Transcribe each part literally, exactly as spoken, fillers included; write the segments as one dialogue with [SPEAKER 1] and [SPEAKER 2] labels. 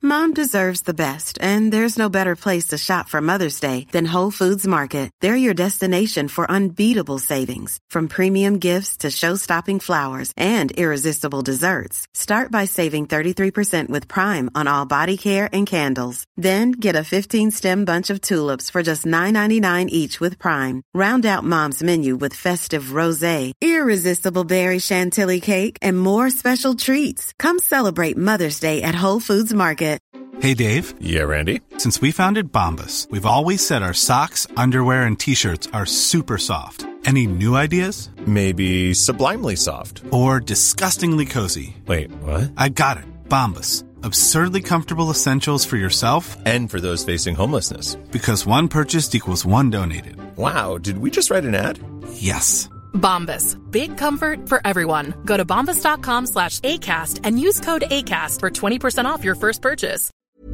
[SPEAKER 1] Mom deserves the best, and there's no better place to shop for Mother's Day than Whole Foods Market. They're your destination for unbeatable savings, from premium gifts to show-stopping flowers and irresistible desserts. Start by saving thirty-three percent with Prime on all body care and candles. Then get a fifteen-stem bunch of tulips for just nine ninety-nine each with Prime. Round out Mom's menu with festive rosé, irresistible berry chantilly cake, and more special treats. Come celebrate Mother's Day at Whole Foods Market.
[SPEAKER 2] Hey, Dave.
[SPEAKER 3] Yeah, Randy.
[SPEAKER 2] Since we founded Bombas, we've always said our socks, underwear, and T-shirts are super soft. Any new ideas?
[SPEAKER 3] Maybe sublimely soft.
[SPEAKER 2] Or disgustingly cozy.
[SPEAKER 3] Wait, what?
[SPEAKER 2] I got it. Bombas. Absurdly comfortable essentials for yourself
[SPEAKER 3] and for those facing homelessness.
[SPEAKER 2] Because one purchased equals one donated.
[SPEAKER 3] Wow, did we just write an ad?
[SPEAKER 2] Yes.
[SPEAKER 4] Bombas. Big comfort for everyone. Go to bombas.com slash ACAST and use code ACAST for twenty percent off your first purchase.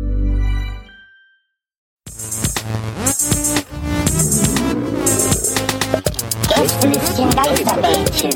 [SPEAKER 5] Gästelistchen Geisterbähnchen.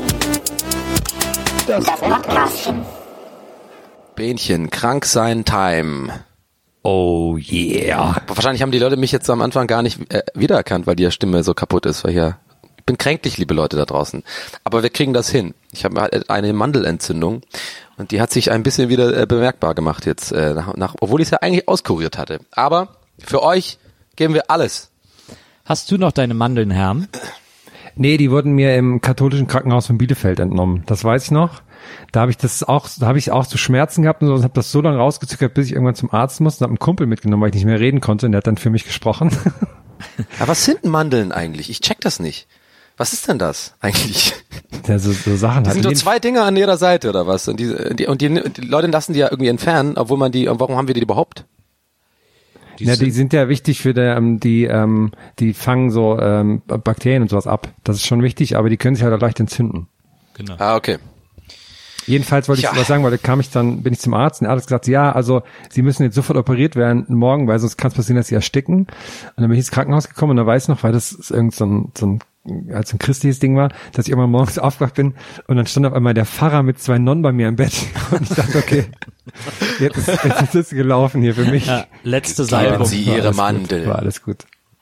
[SPEAKER 5] Das Podcastchen.
[SPEAKER 6] Bähnchen, krank sein Time.
[SPEAKER 7] Oh yeah.
[SPEAKER 6] Wahrscheinlich haben die Leute mich jetzt am Anfang gar nicht äh, wiedererkannt, weil die Stimme so kaputt ist, weil hier ich bin kränklich, liebe Leute da draußen. Aber wir kriegen das hin. Ich habe eine Mandelentzündung und die hat sich ein bisschen wieder äh, bemerkbar gemacht jetzt, äh, nach, nach, obwohl ich es ja eigentlich auskuriert hatte. Aber für euch geben wir alles.
[SPEAKER 7] Hast du noch deine Mandeln, Herrn?
[SPEAKER 8] Nee, die wurden mir im katholischen Krankenhaus von Bielefeld entnommen. Das weiß ich noch. Da habe ich das auch, da habe ich auch zu Schmerzen gehabt und so, und habe das so lange rausgezögert, bis ich irgendwann zum Arzt musste und habe einen Kumpel mitgenommen, weil ich nicht mehr reden konnte und der hat dann für mich gesprochen.
[SPEAKER 6] Aber was sind Mandeln eigentlich? Ich check das nicht. Was ist denn das eigentlich?
[SPEAKER 8] Ja, so, so Sachen
[SPEAKER 6] das
[SPEAKER 8] halt.
[SPEAKER 6] sind so zwei Dinger an jeder Seite oder was? Und die, die, und die, die Leute lassen die ja irgendwie entfernen, obwohl man die, warum haben wir die überhaupt?
[SPEAKER 8] Die ja, die sind ja wichtig für der, ähm, die, ähm, die fangen so ähm, Bakterien und sowas ab. Das ist schon wichtig, aber die können sich halt auch leicht entzünden.
[SPEAKER 6] Genau. Ah, okay.
[SPEAKER 8] Jedenfalls wollte ich ja. was sagen, weil da kam ich dann, bin ich zum Arzt und der Arzt hat gesagt, ja, also Sie müssen jetzt sofort operiert werden morgen, weil sonst kann es passieren, dass Sie ersticken. Und dann bin ich ins Krankenhaus gekommen und da weiß ich noch, weil das irgend so ein, so ein als ein christliches Ding war, dass ich immer morgens aufgewacht bin und dann stand auf einmal der Pfarrer mit zwei Nonnen bei mir im Bett und ich dachte, okay, jetzt ist, jetzt ist es gelaufen hier für mich.
[SPEAKER 7] Ja, letzte Seite.
[SPEAKER 6] Sie Ihre Mandel.
[SPEAKER 8] Gut, war alles gut.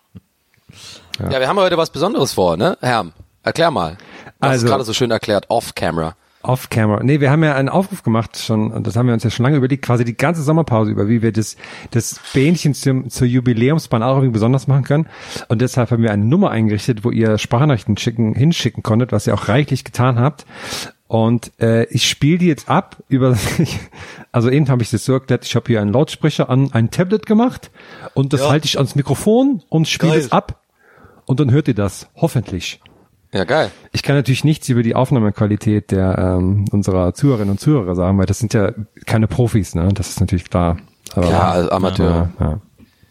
[SPEAKER 6] Ja. ja, wir haben heute was Besonderes vor, ne, Herr? Erklär mal. Du hast
[SPEAKER 8] also,
[SPEAKER 6] es gerade so schön erklärt, off-camera.
[SPEAKER 8] Off-camera. Nee, wir haben ja einen Aufruf gemacht schon, und das haben wir uns ja schon lange überlegt, quasi die ganze Sommerpause über, wie wir das, das Bähnchen zum, zur Jubiläumsbahn auch irgendwie besonders machen können. Und deshalb haben wir eine Nummer eingerichtet, wo ihr Sprachnachrichten schicken, hinschicken konntet, was ihr auch reichlich getan habt. Und äh, ich spiele die jetzt ab über, also eben habe ich das so erklärt, ich habe hier einen Lautsprecher an ein Tablet gemacht und das ja. halte ich ans Mikrofon und spiele es ab und dann hört ihr das, hoffentlich.
[SPEAKER 6] Ja, geil.
[SPEAKER 8] Ich kann natürlich nichts über die Aufnahmequalität der ähm, unserer Zuhörerinnen und Zuhörer sagen, weil das sind ja keine Profis, ne? Das ist natürlich klar. Aber,
[SPEAKER 6] klar, also Amateur.
[SPEAKER 8] Ja, ja.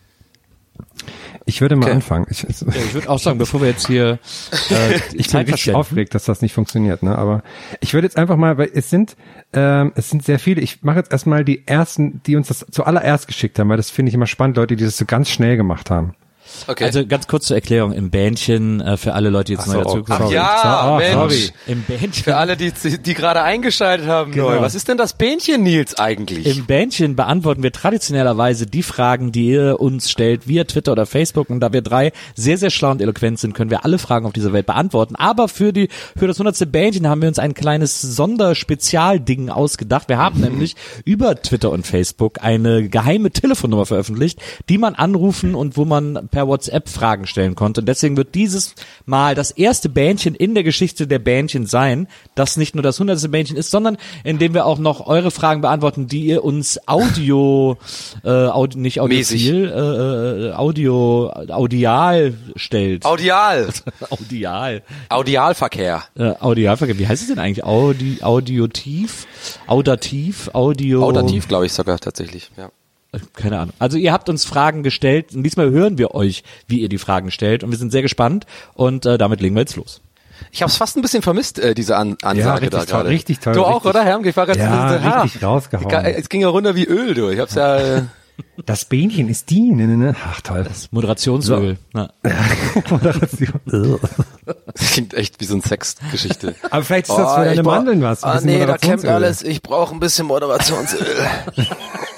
[SPEAKER 8] Ich würde mal
[SPEAKER 6] okay.
[SPEAKER 8] anfangen. Ich,
[SPEAKER 7] ja, ich würde auch sagen, bevor wir jetzt hier äh,
[SPEAKER 8] ich bin richtig aufgeregt, dass das nicht funktioniert, ne? Aber ich würde jetzt einfach mal, weil es sind ähm, es sind sehr viele. Ich mache jetzt erstmal die ersten, die uns das zuallererst geschickt haben, weil das finde ich immer spannend, Leute, die das so ganz schnell gemacht haben.
[SPEAKER 7] Okay. Also ganz kurz zur Erklärung, im Bähnchen, äh, für alle Leute, die jetzt
[SPEAKER 8] Ach
[SPEAKER 7] neu
[SPEAKER 8] so,
[SPEAKER 7] dazugekommen
[SPEAKER 6] sind.
[SPEAKER 7] sind.
[SPEAKER 6] Ja,
[SPEAKER 8] oh,
[SPEAKER 6] Mensch.
[SPEAKER 8] Sorry.
[SPEAKER 7] Im Bähnchen.
[SPEAKER 6] Für alle, die, die gerade eingeschaltet haben
[SPEAKER 7] genau.
[SPEAKER 6] neu. Was ist denn das Bähnchen, Nils, eigentlich?
[SPEAKER 7] Im Bähnchen beantworten wir traditionellerweise die Fragen, die ihr uns stellt, via Twitter oder Facebook. Und da wir drei sehr, sehr schlau und eloquent sind, können wir alle Fragen auf dieser Welt beantworten. Aber für die, für das hundertste Bähnchen haben wir uns ein kleines Sonderspezialding ausgedacht. Wir haben nämlich über Twitter und Facebook eine geheime Telefonnummer veröffentlicht, die man anrufen und wo man per WhatsApp Fragen stellen konnte. Und deswegen wird dieses Mal das erste Bähnchen in der Geschichte der Bähnchen sein, das nicht nur das hundertste Bähnchen ist, sondern in dem wir auch noch eure Fragen beantworten, die ihr uns Audio, äh, Audio nicht Audiozil, äh, Audio, Audial stellt.
[SPEAKER 6] Audial.
[SPEAKER 7] Audial.
[SPEAKER 6] Audialverkehr.
[SPEAKER 7] Äh, Audialverkehr. Wie heißt es denn eigentlich? Audi, Audiotiv? Audativ? Audio?
[SPEAKER 6] Audativ, glaube ich sogar tatsächlich, ja.
[SPEAKER 7] Keine Ahnung. Also ihr habt uns Fragen gestellt und diesmal hören wir euch, wie ihr die Fragen stellt und wir sind sehr gespannt und äh, damit legen wir jetzt los.
[SPEAKER 6] Ich habe es fast ein bisschen vermisst, äh, diese An Ansage
[SPEAKER 8] ja,
[SPEAKER 6] da
[SPEAKER 8] toll,
[SPEAKER 6] gerade.
[SPEAKER 8] Richtig toll.
[SPEAKER 6] Du
[SPEAKER 8] richtig.
[SPEAKER 6] auch, oder, Herr? Ich war jetzt
[SPEAKER 8] ja,
[SPEAKER 6] so,
[SPEAKER 8] richtig rausgehauen.
[SPEAKER 6] Es ging ja runter wie Öl, du. Ich hab's ja... Äh
[SPEAKER 8] das Bähnchen ist die, ne, ne, ne. Ach, toll.
[SPEAKER 7] Das Moderationsöl. So. Ja.
[SPEAKER 8] Moderation.
[SPEAKER 6] Das klingt echt wie so eine Sexgeschichte.
[SPEAKER 8] Aber vielleicht ist das oh, für deine Mandeln was.
[SPEAKER 6] Ah, nee, da kämpft alles. Ich brauche ein bisschen Moderationsöl.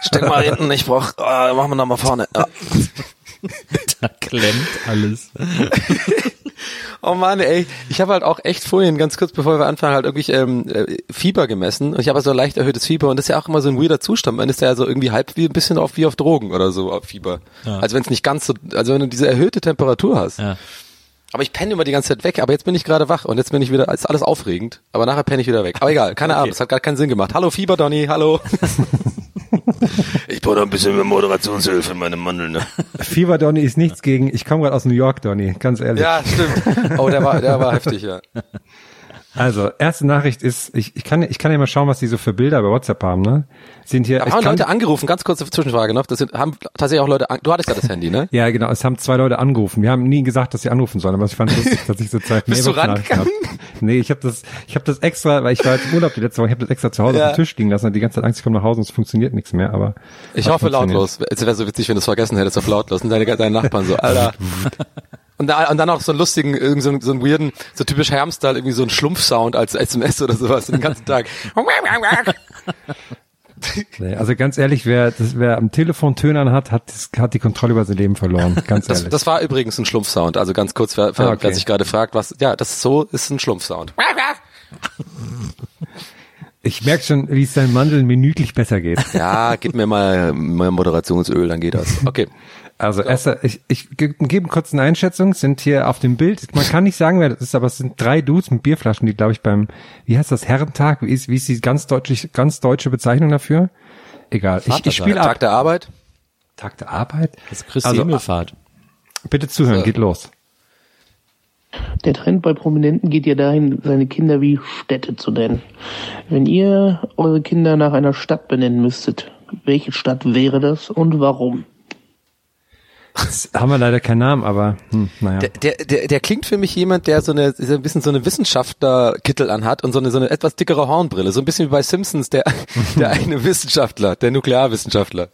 [SPEAKER 6] Steck mal hinten, ich brauch, oh, machen wir noch mal vorne. Ja.
[SPEAKER 7] Da klemmt alles.
[SPEAKER 6] Oh Mann, ey, ich habe halt auch echt vorhin, ganz kurz bevor wir anfangen, halt irgendwie ähm, Fieber gemessen und ich habe so ein leicht erhöhtes Fieber und das ist ja auch immer so ein weirder Zustand, man ist ja so irgendwie halb wie ein bisschen auf wie auf Drogen oder so, auf Fieber. Ja. Also wenn es nicht ganz so, also wenn du diese erhöhte Temperatur hast. Ja. Aber ich penne immer die ganze Zeit weg, aber jetzt bin ich gerade wach und jetzt bin ich wieder, ist alles aufregend, aber nachher penne ich wieder weg. Aber egal, keine okay. Ahnung, es hat gar keinen Sinn gemacht. Hallo Fieber, Donny, hallo. Ich brauche noch ein bisschen mehr Moderationshilfe in meinem Mandeln. Ne?
[SPEAKER 8] Fieber, Donny, ist nichts gegen, ich komme gerade aus New York, Donny, ganz ehrlich.
[SPEAKER 6] Ja, stimmt. Oh, der war, der war heftig, ja.
[SPEAKER 8] Also, erste Nachricht ist, ich, ich kann, ich kann ja mal schauen, was die so für Bilder bei WhatsApp haben, ne? Sind hier,
[SPEAKER 6] da haben Leute angerufen, ganz kurze Zwischenfrage noch, das sind, haben tatsächlich auch Leute, an, du hattest ja das Handy, ne?
[SPEAKER 8] Ja, genau, es haben zwei Leute angerufen. Wir haben nie gesagt, dass sie anrufen sollen, aber ich fand es lustig, dass ich so Zeit
[SPEAKER 6] Bist du rangegangen?
[SPEAKER 8] Nee, ich habe das, ich habe das extra, weil ich war jetzt im Urlaub die letzte Woche, ich habe das extra zu Hause ja. auf dem Tisch liegen lassen und die ganze Zeit Angst, ich komme nach Hause und es funktioniert nichts mehr, aber.
[SPEAKER 6] Ich hoffe lautlos. Es wäre so witzig, wenn du es vergessen hättest auf lautlos und deine, deine Nachbarn so, Alter. Und, da, und dann auch so einen lustigen, irgendwie so, so einen weirden, so typisch Hermstyle, irgendwie so einen Schlumpfsound als S M S oder sowas den ganzen Tag.
[SPEAKER 8] Nee, also ganz ehrlich, wer, das, wer am Telefon Tönern hat, hat, hat die Kontrolle über sein Leben verloren. Ganz
[SPEAKER 6] das,
[SPEAKER 8] ehrlich.
[SPEAKER 6] Das war übrigens ein Schlumpfsound. Also ganz kurz, wer, wer, ah, okay. wer sich gerade fragt, was, ja, das ist so ist ein Schlumpfsound.
[SPEAKER 8] Ich merke schon, wie es deinem Mandeln minütlich besser geht.
[SPEAKER 6] Ja, gib mir mal, mal Moderationsöl, dann geht das. Okay.
[SPEAKER 8] Also erster, ich, ich gebe kurz eine Einschätzung, sind hier auf dem Bild, man kann nicht sagen, wer das ist, aber es sind drei Dudes mit Bierflaschen, die glaube ich beim, wie heißt das, Herrentag, wie ist, wie ist die ganz deutsche, ganz deutsche Bezeichnung dafür? Egal, ich, ich spiele ab.
[SPEAKER 6] Tag der Arbeit?
[SPEAKER 8] Tag der Arbeit?
[SPEAKER 7] Das ist Christi Himmelfahrt.
[SPEAKER 8] Also, bitte zuhören, so. Geht los.
[SPEAKER 9] Der Trend bei Prominenten geht ja dahin, seine Kinder wie Städte zu nennen. Wenn ihr eure Kinder nach einer Stadt benennen müsstet, welche Stadt wäre das und warum?
[SPEAKER 8] Jetzt haben wir leider keinen Namen, aber hm, naja.
[SPEAKER 6] Der, der, der, der klingt für mich jemand, der so eine, so ein bisschen so eine Wissenschaftlerkittel anhat und so eine, so eine etwas dickere Hornbrille. So ein bisschen wie bei Simpsons, der, der eine Wissenschaftler, der Nuklearwissenschaftler.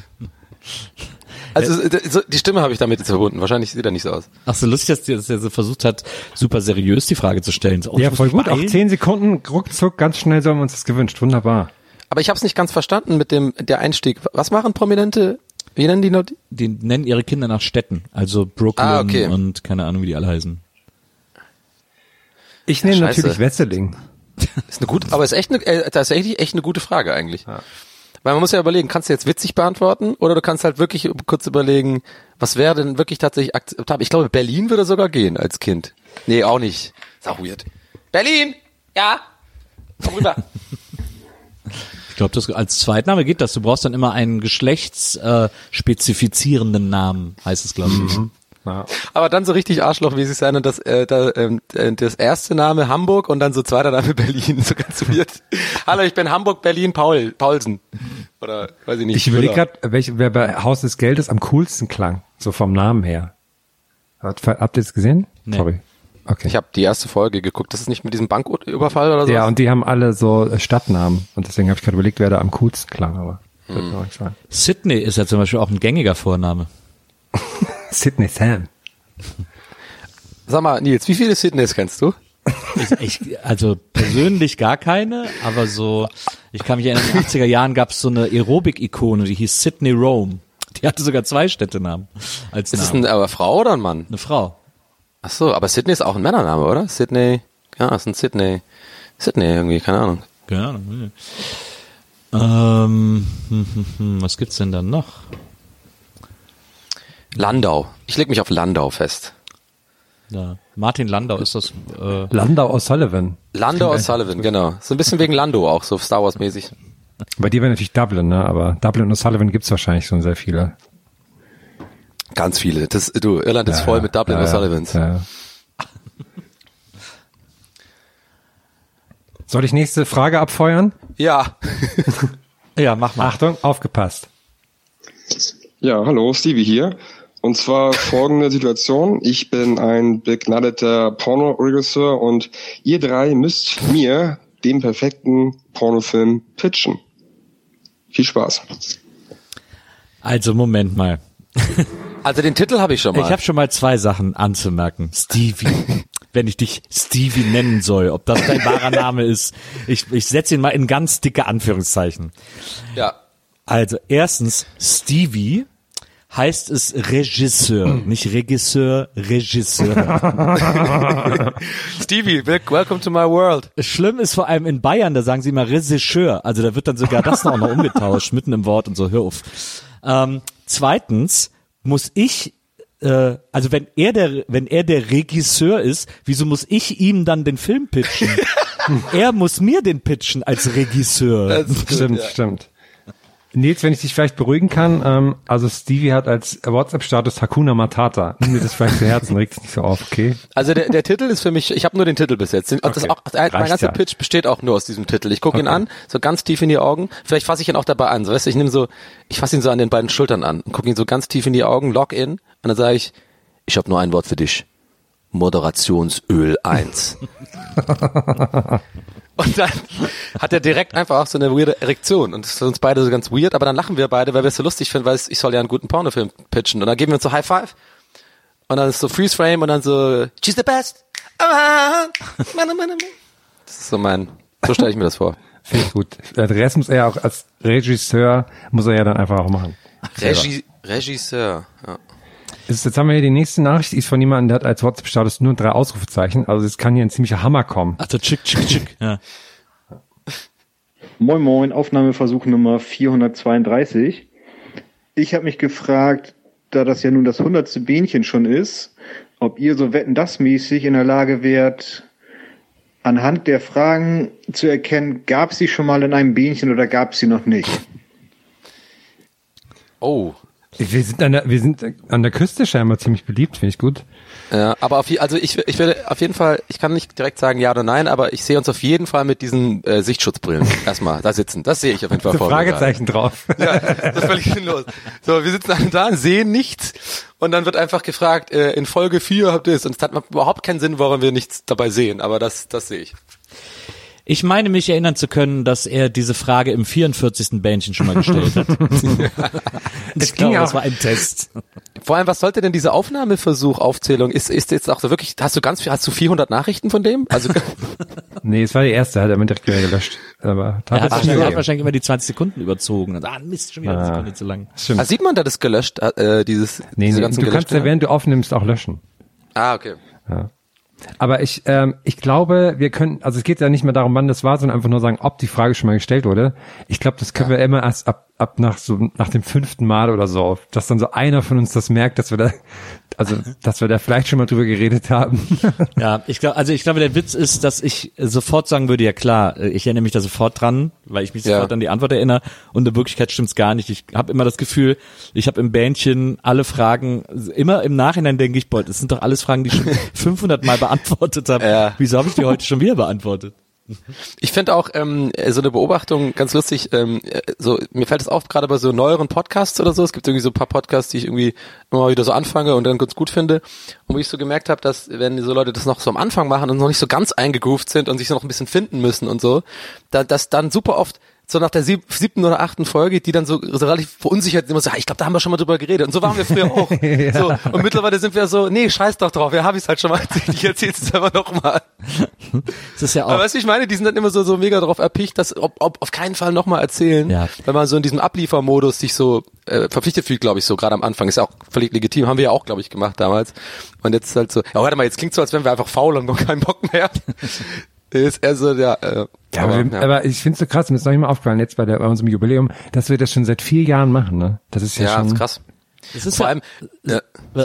[SPEAKER 6] Also so, die Stimme habe ich damit jetzt verbunden. Wahrscheinlich sieht er nicht so aus.
[SPEAKER 7] Ach so, lustig, dass, dass er so versucht hat, super seriös die Frage zu stellen. So,
[SPEAKER 8] ja, voll gut. Auch zehn Sekunden, ruckzuck, ganz schnell so haben wir uns das gewünscht. Wunderbar.
[SPEAKER 6] Aber ich habe es nicht ganz verstanden mit dem der Einstieg. Was machen Prominente? Wie nennen die noch?
[SPEAKER 7] Die nennen ihre Kinder nach Städten. Also Brooklyn ah, okay. und keine Ahnung, wie die alle heißen.
[SPEAKER 8] Ich nenne ja, natürlich Wesseling.
[SPEAKER 6] Ist eine gute, aber ist echt eine, äh, tatsächlich echt eine gute Frage eigentlich. Ja. Weil man muss ja überlegen, kannst du jetzt witzig beantworten oder du kannst halt wirklich kurz überlegen, was wäre denn wirklich tatsächlich akzeptabel? Ich glaube, Berlin würde sogar gehen als Kind. Nee, auch nicht. Ist auch weird. Berlin! Ja! Komm rüber.
[SPEAKER 7] Ich glaube, das als Zweitname geht das. Du brauchst dann immer einen geschlechtsspezifizierenden äh, Namen, heißt es, glaube ich. Mhm.
[SPEAKER 6] Ja. Aber dann so richtig Arschloch, wie sie sein, und das, äh, da, äh, das erste Name Hamburg und dann so zweiter Name Berlin, so ganz weird. Hallo, ich bin Hamburg, Berlin, Paul, Paulsen. Oder, weiß ich nicht.
[SPEAKER 8] Ich überlege gerade, wer bei Haus des Geldes am coolsten klang, so vom Namen her. Habt ihr das gesehen?
[SPEAKER 7] Nee.
[SPEAKER 8] Sorry. Okay.
[SPEAKER 6] Ich habe die erste Folge geguckt. Das ist nicht mit diesem Banküberfall oder so?
[SPEAKER 8] Ja, und die haben alle so Stadtnamen. Und deswegen habe ich gerade überlegt, wer da am coolsten klang. Aber hm. wird mir nicht sein.
[SPEAKER 7] Sydney ist ja zum Beispiel auch ein gängiger Vorname.
[SPEAKER 8] Sydney Sam.
[SPEAKER 6] Sag mal, Nils, wie viele Sydneys kennst du?
[SPEAKER 7] Ich, ich, also persönlich gar keine, aber so, ich kann mich erinnern, in den achtziger Jahren gab es so eine Aerobic-Ikone, die hieß Sydney Rome. Die hatte sogar zwei Städtenamen als Namen.
[SPEAKER 6] Ist das eine aber Frau oder ein Mann?
[SPEAKER 7] Eine Frau.
[SPEAKER 6] Ach so, aber Sydney ist auch ein Männername, oder? Sydney, ja, ist ein Sydney. Sydney irgendwie, keine Ahnung.
[SPEAKER 7] Keine Ahnung. Ähm, hm, hm, hm, was gibt's denn dann noch?
[SPEAKER 6] Landau. Ich leg mich auf Landau fest.
[SPEAKER 7] Ja, Martin Landau ist das. Äh
[SPEAKER 8] Landau O'Sullivan.
[SPEAKER 6] Landau O'Sullivan, genau. So ein bisschen wegen Lando auch, so Star Wars mäßig.
[SPEAKER 8] Bei dir wäre natürlich Dublin, ne? Aber Dublin und O'Sullivan gibt's wahrscheinlich schon sehr viele.
[SPEAKER 6] Ganz viele. Das, du, Irland ist ja, voll mit Dublin
[SPEAKER 8] ja,
[SPEAKER 6] O'Sullivans.
[SPEAKER 8] Ja, ja. Soll ich nächste Frage abfeuern?
[SPEAKER 6] Ja.
[SPEAKER 7] Ja, mach mal.
[SPEAKER 8] Achtung, aufgepasst.
[SPEAKER 10] Ja, hallo, Stevie hier. Und zwar folgende Situation. Ich bin ein begnadeter Pornoregisseur und ihr drei müsst mir den perfekten Pornofilm pitchen. Viel Spaß.
[SPEAKER 7] Also, Moment mal.
[SPEAKER 6] Also den Titel habe ich schon mal.
[SPEAKER 7] Ich habe schon mal zwei Sachen anzumerken. Stevie, wenn ich dich Stevie nennen soll, ob das dein wahrer Name ist. Ich, ich setze ihn mal in ganz dicke Anführungszeichen.
[SPEAKER 6] Ja.
[SPEAKER 7] Also erstens, Stevie heißt es Regisseur, nicht Regisseur, Regisseur.
[SPEAKER 6] Stevie, welcome to my world.
[SPEAKER 7] Schlimm ist vor allem in Bayern, da sagen sie immer Regisseur, also da wird dann sogar das noch mal umgetauscht, mitten im Wort und so, hör auf. Ähm, zweitens muss ich, äh, also wenn er der, wenn er der Regisseur ist, wieso muss ich ihm dann den Film pitchen? Er muss mir den pitchen als Regisseur.
[SPEAKER 8] Gut, stimmt, ja. stimmt. Nils, wenn ich dich vielleicht beruhigen kann, ähm, also Stevie hat als WhatsApp-Status Hakuna Matata. Nimm mir das vielleicht zu Herzen, regst nicht so auf, okay?
[SPEAKER 6] Also der, der Titel ist für mich, ich habe nur den Titel bis jetzt. Das
[SPEAKER 8] okay.
[SPEAKER 6] auch, mein ganzer
[SPEAKER 8] ja.
[SPEAKER 6] Pitch besteht auch nur aus diesem Titel. Ich gucke
[SPEAKER 8] okay.
[SPEAKER 6] ihn an, so ganz tief in die Augen. Vielleicht fasse ich ihn auch dabei an. So, weißt du, ich nehme so, ich fasse ihn so an den beiden Schultern an und gucke ihn so ganz tief in die Augen, log in und dann sage ich, ich habe nur ein Wort für dich. Moderationsöl eins. Und dann hat er direkt einfach auch so eine weirde Erektion und das ist für uns beide so ganz weird, aber dann lachen wir beide, weil wir es so lustig finden, weil ich soll ja einen guten Pornofilm pitchen und dann geben wir uns so High Five und dann ist so Freeze Frame und dann so She's the best. Das ist so mein, so stelle ich mir das vor.
[SPEAKER 8] Finde ich gut. Der Rest muss er ja auch als Regisseur, muss er ja dann einfach auch machen.
[SPEAKER 6] Regi- Regisseur, ja.
[SPEAKER 8] Jetzt haben wir hier die nächste Nachricht, die ist von jemandem, der hat als WhatsApp-Status nur drei Ausrufezeichen, also es kann hier ein ziemlicher Hammer kommen.
[SPEAKER 7] Also tschick, tschick, tschick, ja.
[SPEAKER 11] Moin Moin, Aufnahmeversuch Nummer vierhundertzweiunddreißig. Ich habe mich gefragt, da das ja nun das hundertste Bähnchen schon ist, ob ihr so wetten-das-mäßig in der Lage wärt, anhand der Fragen zu erkennen, gab es sie schon mal in einem Bähnchen oder gab es sie noch nicht?
[SPEAKER 6] Oh.
[SPEAKER 8] Wir sind an der, wir sind an der Küste scheinbar ziemlich beliebt, finde ich gut.
[SPEAKER 6] Ja, aber auf, also ich, ich würde auf jeden Fall, ich kann nicht direkt sagen ja oder nein, aber ich sehe uns auf jeden Fall mit diesen äh, Sichtschutzbrillen erstmal da sitzen. Das sehe ich auf jeden Fall
[SPEAKER 8] so
[SPEAKER 6] vor.
[SPEAKER 8] Fragezeichen drauf.
[SPEAKER 6] Ja, das ist völlig sinnlos. So, wir sitzen alle da, sehen nichts und dann wird einfach gefragt, äh, in Folge vier habt ihr es und es hat überhaupt keinen Sinn, warum wir nichts dabei sehen, aber das, das sehe ich.
[SPEAKER 7] Ich meine, mich erinnern zu können, dass er diese Frage im vierundvierzigsten Bähnchen schon mal gestellt hat.
[SPEAKER 8] Es
[SPEAKER 7] ich
[SPEAKER 8] ging
[SPEAKER 7] glaube,
[SPEAKER 8] auch.
[SPEAKER 7] das war ein Test.
[SPEAKER 6] Vor allem, was sollte denn diese Aufnahmeversuch, Aufzählung? Ist, ist jetzt auch so wirklich, hast du ganz viel, hast du vierhundert Nachrichten von dem? Also,
[SPEAKER 8] nee, es war die erste, hat er mit direkt wieder gelöscht. Aber
[SPEAKER 7] er hat, wahrscheinlich,
[SPEAKER 8] ja.
[SPEAKER 7] hat wahrscheinlich immer die zwanzig Sekunden überzogen. Und, ah, Mist, schon wieder eine
[SPEAKER 8] Ah,
[SPEAKER 7] Sekunde zu lang.
[SPEAKER 8] Stimmt.
[SPEAKER 6] ah, sieht man da das gelöscht, äh, dieses,
[SPEAKER 8] Nee,
[SPEAKER 6] diese
[SPEAKER 8] nee,
[SPEAKER 6] ganzen
[SPEAKER 8] du kannst ja,
[SPEAKER 6] gelöschten?
[SPEAKER 8] während du aufnimmst, auch löschen.
[SPEAKER 6] Ah, okay.
[SPEAKER 8] Ja. Aber ich, ähm, ich glaube, wir können, also es geht ja nicht mehr darum, wann das war, sondern einfach nur sagen, ob die Frage schon mal gestellt wurde. Ich glaube, das können ja. wir immer erst ab, ab nach so, nach dem fünften Mal oder so, dass dann so einer von uns das merkt, dass wir da, also, dass wir da vielleicht schon mal drüber geredet haben.
[SPEAKER 7] Ja, ich glaube, also ich glaube, der Witz ist, dass ich sofort sagen würde, ja klar, ich erinnere mich da sofort dran, weil ich mich
[SPEAKER 6] ja.
[SPEAKER 7] sofort an die Antwort erinnere und in Wirklichkeit stimmt's gar nicht. Ich habe immer das Gefühl, ich habe im Bähnchen alle Fragen, immer im Nachhinein denke ich, boah, das sind doch alles Fragen, die ich schon fünfhundert Mal beantwortet habe. Ja. Wieso habe ich die heute schon wieder beantwortet?
[SPEAKER 6] Ich finde auch ähm, so eine Beobachtung ganz lustig, ähm, so mir fällt es auf, gerade bei so neueren Podcasts oder so, es gibt irgendwie so ein paar Podcasts, die ich irgendwie immer mal wieder so anfange und dann ganz gut finde und wo ich so gemerkt habe, dass wenn so Leute das noch so am Anfang machen und noch nicht so ganz eingegroovt sind und sich so noch ein bisschen finden müssen und so, da, dass dann super oft so nach der sieb, siebten oder achten Folge, die dann so, so relativ verunsichert immer so, ja, ich glaube, da haben wir schon mal drüber geredet. Und so waren wir früher auch. ja. So, und mittlerweile sind wir so, nee, scheiß doch drauf, ja, hab ich's halt schon mal erzählt, ich erzähl's jetzt einfach nochmal.
[SPEAKER 7] Das ist ja auch.
[SPEAKER 6] Aber weißt du, ich meine, die sind dann immer so, so mega drauf erpicht, dass, ob, ob auf keinen Fall nochmal erzählen,
[SPEAKER 7] ja.
[SPEAKER 6] weil man so in diesem Abliefermodus sich so äh, verpflichtet fühlt, glaube ich, so gerade am Anfang. Ist ja auch völlig legitim, haben wir ja auch, glaube ich, gemacht damals. Und jetzt ist halt so, ja, warte mal, jetzt klingt so, als wären wir einfach faul und noch keinen Bock mehr. Ist eher so, ja, äh,
[SPEAKER 8] ja, aber, aber, ja. aber ich find's so krass, mir ist noch nicht mal aufgefallen, jetzt bei, der, bei unserem Jubiläum, dass wir das schon seit vier Jahren machen, ne? Das ist ja,
[SPEAKER 6] ja
[SPEAKER 8] schon...
[SPEAKER 6] Ja, ist krass.
[SPEAKER 7] Das ist
[SPEAKER 6] vor
[SPEAKER 7] ja,
[SPEAKER 6] allem, ja.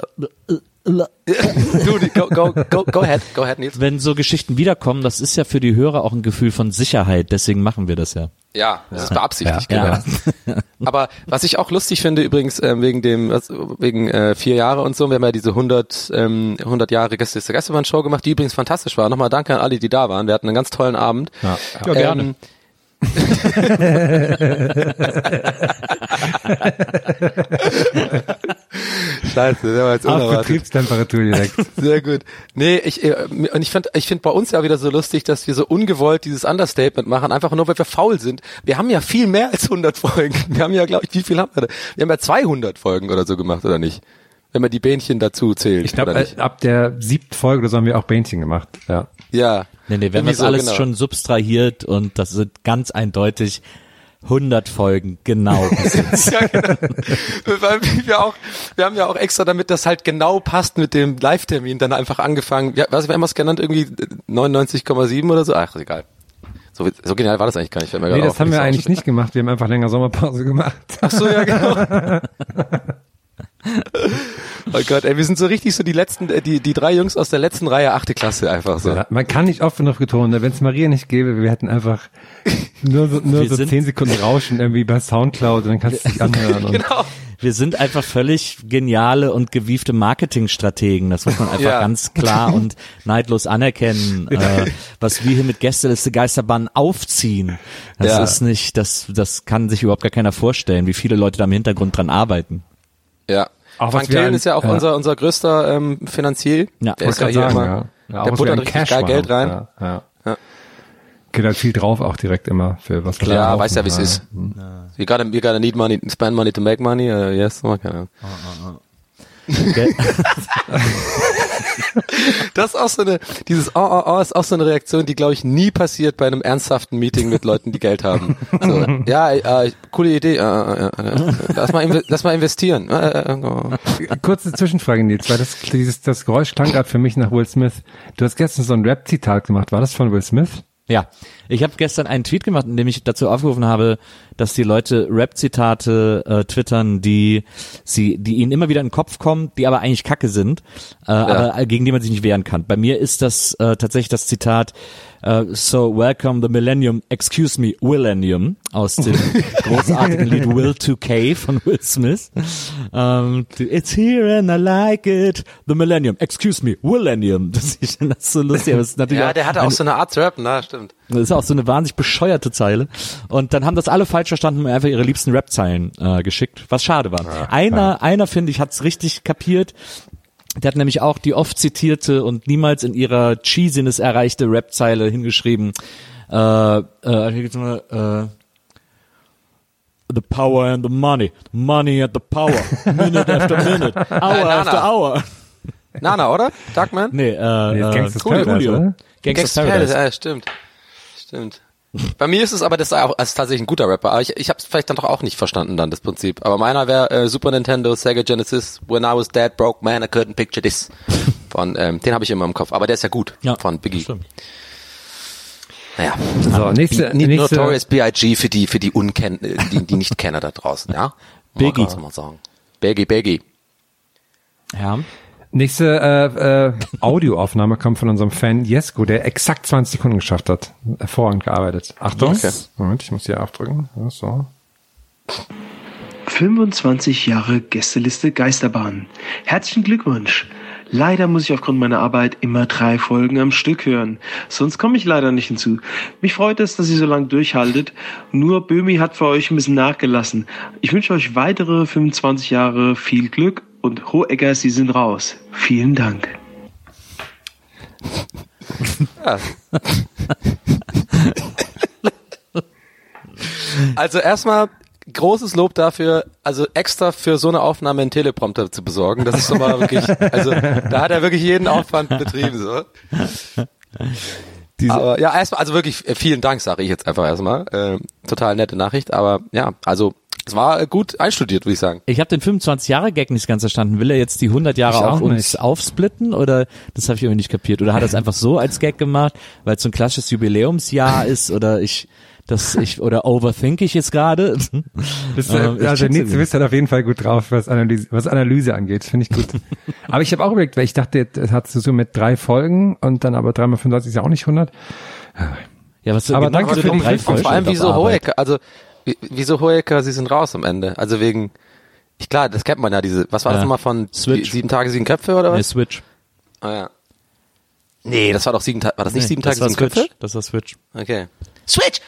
[SPEAKER 6] du, go, go, go, go ahead, go ahead, Nils.
[SPEAKER 7] Wenn so Geschichten wiederkommen, das ist ja für die Hörer auch ein Gefühl von Sicherheit, deswegen machen wir das ja.
[SPEAKER 6] Ja, das ist beabsichtigt,
[SPEAKER 7] ja.
[SPEAKER 6] genau. Ja. Aber was ich auch lustig finde, übrigens, äh, wegen dem, wegen äh, vier Jahre und so, wir haben ja diese hundert, ähm, hundert Jahre Gäste der Gästebahn-Show gemacht, die übrigens fantastisch war. Nochmal danke an alle, die da waren. Wir hatten einen ganz tollen Abend.
[SPEAKER 8] Ja,
[SPEAKER 7] ja gerne. Ähm,
[SPEAKER 6] Scheiße, der war jetzt unerwartet.
[SPEAKER 8] Auf Betriebstemperatur direkt.
[SPEAKER 6] Sehr gut. Nee, ich, und ich finde, ich finde bei uns ja wieder so lustig, dass wir so ungewollt dieses Understatement machen, einfach nur, weil wir faul sind. Wir haben ja viel mehr als hundert Folgen. Wir haben ja, glaube ich, wie viel haben wir da? Wir haben ja zweihundert Folgen oder so gemacht, oder nicht? Wenn man die Bähnchen dazu zählt.
[SPEAKER 8] Ich glaube, ab der siebten Folge oder so haben wir auch Bähnchen gemacht, ja.
[SPEAKER 6] Ja.
[SPEAKER 7] Nee, nee, wir haben das so, alles genau. schon substrahiert und das sind ganz eindeutig hundert Folgen, genau.
[SPEAKER 6] Ja, genau. Weil wir auch, wir haben ja auch extra, damit das halt genau passt mit dem Live-Termin, dann einfach angefangen, ja, was, wir haben es genannt, irgendwie neunundneunzig Komma sieben oder so, ach, ist egal. So, so genial war das eigentlich gar nicht.
[SPEAKER 8] Nee, das auf, haben wir eigentlich nicht gemacht, wir haben einfach länger Sommerpause gemacht.
[SPEAKER 6] Ach so, ja, genau. Oh Gott, ey, wir sind so richtig so die letzten, die die drei Jungs aus der letzten Reihe, achte Klasse einfach so.
[SPEAKER 8] Ja, man kann nicht oft genug betonen, wenn es Maria nicht gäbe, wir hätten einfach nur so, nur so zehn Sekunden Rauschen irgendwie bei Soundcloud und dann kannst du es dich anhören. Und
[SPEAKER 6] genau.
[SPEAKER 7] Wir sind einfach völlig geniale und gewiefte Marketingstrategen. Das muss man einfach ja. ganz klar und neidlos anerkennen, äh, was wir hier mit Gästeliste Geisterbahn aufziehen. Das ja. ist nicht, das, das kann sich überhaupt gar keiner vorstellen, wie viele Leute da im Hintergrund dran arbeiten.
[SPEAKER 6] Ja. Auch Frank Thelen ist ja auch ja. unser unser größter ähm, Finanzier.
[SPEAKER 8] Ja,
[SPEAKER 6] der ist ja hier
[SPEAKER 8] sagen,
[SPEAKER 6] immer,
[SPEAKER 8] ja. Ja,
[SPEAKER 6] der buttert richtig geil Geld rein. Ja,
[SPEAKER 8] ja. Ja. Geht halt viel drauf auch direkt immer für was.
[SPEAKER 6] Klar, ja, weiß ja, wie es ist. Ja. You gotta, you gotta need money, spend money to make money. Uh, yes, okay. Oh, oh, oh. Okay. Das ist auch so eine, dieses Oh, oh, oh ist auch so eine Reaktion, die, glaube ich, nie passiert bei einem ernsthaften Meeting mit Leuten, die Geld haben. So, ja, äh, coole Idee, äh, äh, äh, lass, mal inv- lass mal investieren. Äh, äh, oh.
[SPEAKER 8] Kurze Zwischenfrage, Nils, weil das, dieses, das Geräusch klang gerade für mich nach Will Smith. Du hast gestern so ein Rap-Zitat gemacht, war das von Will Smith?
[SPEAKER 7] Ja, ich habe gestern einen Tweet gemacht, in dem ich dazu aufgerufen habe, dass die Leute Rap-Zitate äh, twittern, die sie, die ihnen immer wieder in den Kopf kommen, die aber eigentlich Kacke sind, äh, ja. aber gegen die man sich nicht wehren kann. Bei mir ist das äh, tatsächlich das Zitat uh, So welcome the millennium, excuse me, Willennium aus dem großartigen Lied Will two K von Will Smith. Um, It's here and I like it, the millennium, excuse me, Willennium. Das ist so lustig. Aber es ist natürlich
[SPEAKER 6] ja, der hatte auch eine, so eine Art zu rappen, na, stimmt.
[SPEAKER 7] Das ist auch so eine wahnsinnig bescheuerte Zeile. Und dann haben das alle falsch verstanden und einfach ihre liebsten Rap-Zeilen äh, geschickt, was schade war. Ja, einer, ja. einer finde ich, hat's richtig kapiert. Der hat nämlich auch die oft zitierte und niemals in ihrer Cheesiness erreichte Rap-Zeile hingeschrieben. Äh, äh, hier gibt's mal, äh, the power and the money, money and the power, minute after minute, hour after hour.
[SPEAKER 6] Nana, oder? Darkman?
[SPEAKER 7] Nee, äh,
[SPEAKER 8] nee
[SPEAKER 7] äh
[SPEAKER 8] Gangsta's Paradise,
[SPEAKER 6] Gangsta's Paradise, ja, stimmt. Stimmt. Bei mir ist es aber, das ist, auch, das ist tatsächlich ein guter Rapper, aber ich, ich habe es vielleicht dann doch auch nicht verstanden dann, das Prinzip. Aber meiner wäre äh, Super Nintendo, Sega Genesis, When I was dead, broke man, I couldn't picture this. Von, ähm, den habe ich immer im Kopf, aber der ist ja gut, ja, von Biggie. Stimmt. Naja,
[SPEAKER 8] so, nächste,
[SPEAKER 6] B-
[SPEAKER 8] nächste.
[SPEAKER 6] Notorious B I G für die, für die Unken, die, die Nicht-Kenner da draußen, ja?
[SPEAKER 7] Biggie.
[SPEAKER 6] Kann man sagen. Biggie, Biggie.
[SPEAKER 7] Ja.
[SPEAKER 8] Nächste äh, äh, Audioaufnahme kommt von unserem Fan Jesko, der exakt zwanzig Sekunden geschafft hat. Hervorragend gearbeitet. Achtung. Okay. Moment, ich muss hier aufdrücken. Ja, so.
[SPEAKER 12] fünfundzwanzig Jahre Gästeliste Geisterbahn. Herzlichen Glückwunsch. Leider muss ich aufgrund meiner Arbeit immer drei Folgen am Stück hören. Sonst komme ich leider nicht hinzu. Mich freut es, dass ihr so lange durchhaltet. Nur Böhmi hat für euch ein bisschen nachgelassen. Ich wünsche euch weitere fünfundzwanzig Jahre viel Glück und Hohecker, Sie sind raus. Vielen Dank.
[SPEAKER 6] Ja. Also erstmal großes Lob dafür, also extra für so eine Aufnahme einen Teleprompter zu besorgen. Das ist doch mal wirklich, also da hat er wirklich jeden Aufwand betrieben. So. Diese, aber ja, erstmal, also wirklich vielen Dank, sage ich jetzt einfach erstmal. Äh, total nette Nachricht, aber ja, also es war gut einstudiert, würde ich sagen.
[SPEAKER 7] Ich habe den fünfundzwanzig-Jahre-Gag nicht ganz verstanden. Will er jetzt die hundert Jahre auf uns nicht aufsplitten oder das habe ich irgendwie nicht kapiert? Oder hat er es einfach so als Gag gemacht, weil es so ein klassisches Jubiläumsjahr ist oder ich das ich oder overthink ich jetzt gerade?
[SPEAKER 8] ähm, also Nils, du bist halt auf jeden Fall gut drauf, was Analyse, was Analyse angeht. Finde ich gut. Aber ich habe auch überlegt, weil ich dachte, das hat so mit drei Folgen und dann aber dreimal fünfundzwanzig ist ja auch nicht hundert.
[SPEAKER 7] Ja, was
[SPEAKER 8] aber
[SPEAKER 7] genau
[SPEAKER 8] danke für die
[SPEAKER 6] drei Folgen. Vor allem wieso Hohecker, also wieso Hohecker, sie sind raus am Ende. Also wegen, ich klar, das kennt man ja, diese, was war ja. das nochmal von
[SPEAKER 7] Switch.
[SPEAKER 6] Sieben Tage, sieben Köpfe oder was?
[SPEAKER 7] Nee, Switch.
[SPEAKER 6] Ah ja. Nee, das war doch sieben Tage, war das nicht nee, sieben Tage, sieben
[SPEAKER 7] Switch.
[SPEAKER 6] Köpfe?
[SPEAKER 7] Das war Switch.
[SPEAKER 6] Okay.
[SPEAKER 12] Switch!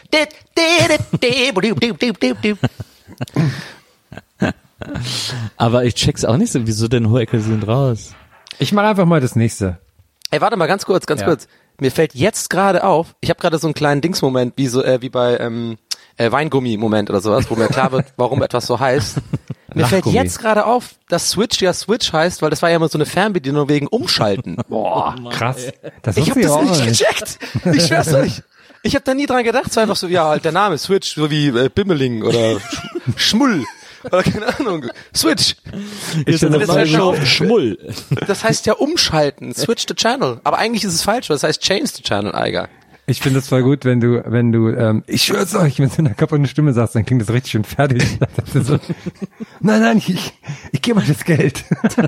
[SPEAKER 7] Aber ich check's auch nicht so, wieso denn Hohecker, sie sind raus?
[SPEAKER 8] Ich mache einfach mal das nächste.
[SPEAKER 6] Ey, warte mal, ganz kurz, ganz ja. kurz. Mir fällt jetzt gerade auf, ich habe gerade so einen kleinen Dingsmoment, wie so äh, wie bei ähm, äh, Weingummi-Moment oder sowas, wo mir klar wird, warum etwas so heißt. Mir fällt jetzt gerade auf, dass Switch ja Switch heißt, weil das war ja immer so eine Fernbedienung wegen Umschalten.
[SPEAKER 8] Boah, krass. Das
[SPEAKER 6] ich hab das nicht gecheckt. Ich schwör's euch. Ich habe da nie dran gedacht, es war einfach so, ja, halt der Name Switch, so wie äh, Bimmeling oder Sch Schmull oder keine Ahnung, Switch.
[SPEAKER 7] Ich
[SPEAKER 6] das,
[SPEAKER 7] das,
[SPEAKER 6] heißt
[SPEAKER 7] ja,
[SPEAKER 6] Schmull. Das heißt ja umschalten, switch the channel. Aber eigentlich ist es falsch, das heißt change the channel, Eiger.
[SPEAKER 8] Ich finde es voll gut, wenn du, wenn du, ähm, ich schwör's euch, wenn du in einer kaputten Stimme sagst, dann klingt das richtig schön fertig. So, nein, nein, ich, ich gebe euch das Geld.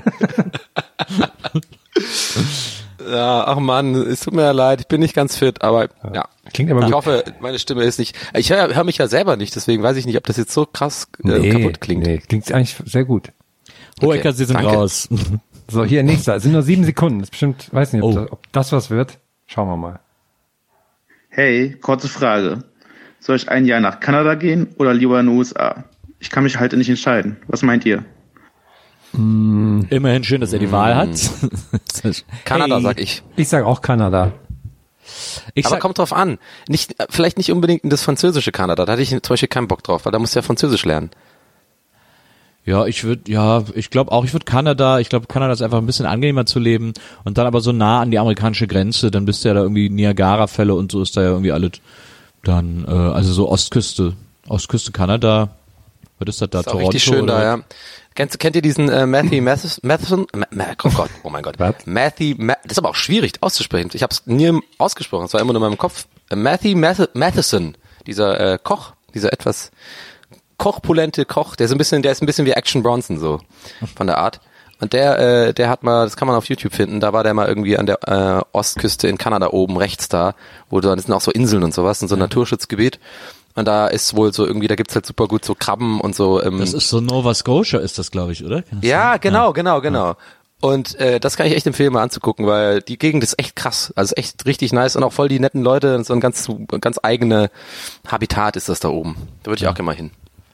[SPEAKER 6] Ja, ach Mann, es tut mir ja leid, ich bin nicht ganz fit, aber ja.
[SPEAKER 8] Klingt aber
[SPEAKER 6] ich
[SPEAKER 8] gut.
[SPEAKER 6] hoffe, meine Stimme ist nicht, ich höre hör mich ja selber nicht, deswegen weiß ich nicht, ob das jetzt so krass äh,
[SPEAKER 8] nee,
[SPEAKER 6] kaputt klingt.
[SPEAKER 8] Nee, klingt eigentlich sehr gut.
[SPEAKER 7] Hohecker, Sie sind
[SPEAKER 6] danke.
[SPEAKER 7] raus.
[SPEAKER 8] So, hier, nächster. Es sind nur sieben Sekunden. Das ist bestimmt, weiß nicht, ob,
[SPEAKER 7] Oh.
[SPEAKER 8] das, ob das was wird. Schauen wir mal.
[SPEAKER 13] Hey, kurze Frage. Soll ich ein Jahr nach Kanada gehen oder lieber in den U S A? Ich kann mich halt nicht entscheiden. Was meint ihr?
[SPEAKER 8] Mm.
[SPEAKER 7] Immerhin schön, dass er die Wahl hat.
[SPEAKER 6] Kanada,
[SPEAKER 7] Hey.
[SPEAKER 6] sag ich.
[SPEAKER 8] Ich sag auch Kanada.
[SPEAKER 7] Ich
[SPEAKER 6] aber
[SPEAKER 7] sag,
[SPEAKER 6] kommt drauf an. Nicht, vielleicht nicht unbedingt in das französische Kanada, da hatte ich zum Beispiel keinen Bock drauf, weil da musst du ja Französisch lernen.
[SPEAKER 7] ja, ich würde, ja, ich glaube auch, ich würde Kanada, ich glaube, Kanada ist einfach ein bisschen angenehmer zu leben und dann aber so nah an die amerikanische Grenze, dann bist du ja da irgendwie Niagara-Fälle und so ist da ja irgendwie alles dann, äh, also so Ostküste, Ostküste Kanada, was ist das da,
[SPEAKER 6] Ist auch
[SPEAKER 7] Toronto?
[SPEAKER 6] richtig schön
[SPEAKER 7] oder?
[SPEAKER 6] da, ja. Kennt, kennt ihr diesen äh, Matthew Matheson? Matheson? Ma Ma oh Gott, oh mein Gott.
[SPEAKER 8] Was?
[SPEAKER 6] Matthew, Ma das ist aber auch schwierig auszusprechen. Ich habe es nie ausgesprochen, es war immer nur in meinem Kopf. Äh, Matthew Math Matheson, dieser äh, Koch, dieser etwas korpulente Koch, der ist ein bisschen, der ist ein bisschen wie Action Bronson so von der Art. Und der, äh, der hat mal, das kann man auf YouTube finden, da war der mal irgendwie an der äh, Ostküste in Kanada oben rechts da, wo da das sind auch so Inseln und sowas, und so ein Naturschutzgebiet. Und da ist wohl so irgendwie, da gibt's halt super gut so Krabben und so. Ähm,
[SPEAKER 7] Das ist so Nova Scotia ist das, glaube ich, oder? Kann das
[SPEAKER 6] ja,
[SPEAKER 7] sein?
[SPEAKER 6] genau, genau, genau. Und äh, das kann ich echt empfehlen, mal anzugucken, weil die Gegend ist echt krass. Also ist echt richtig nice und auch voll die netten Leute. So ein ganz, ganz eigene Habitat ist das da oben. Da würde ich auch gerne mal hin.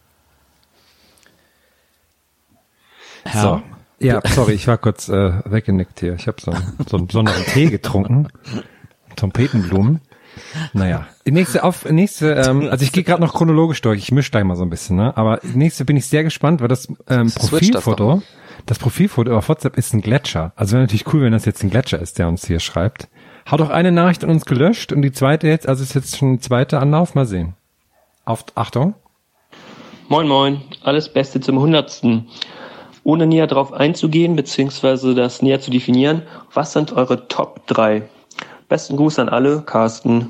[SPEAKER 7] Ja.
[SPEAKER 8] So. Ja, sorry, ich war kurz äh, weggenickt hier. Ich habe so, so einen besonderen Tee getrunken. Trompetenblumen. Naja. Die nächste auf nächste, ähm, also ich gehe gerade noch chronologisch durch, ich mische gleich mal so ein bisschen, ne? Aber die nächste bin ich sehr gespannt, weil das ähm, Profilfoto, das, das Profilfoto auf WhatsApp ist ein Gletscher. Also wäre natürlich cool, wenn das jetzt ein Gletscher ist, der uns hier schreibt. Hat doch eine Nachricht an uns gelöscht und die zweite jetzt, also ist jetzt schon die zweite Anlauf, mal sehen. Auf Achtung.
[SPEAKER 14] Moin moin, alles Beste zum hundertsten. Ohne näher darauf einzugehen, beziehungsweise das näher zu definieren, was sind eure Top drei? Besten Gruß an alle, Carsten.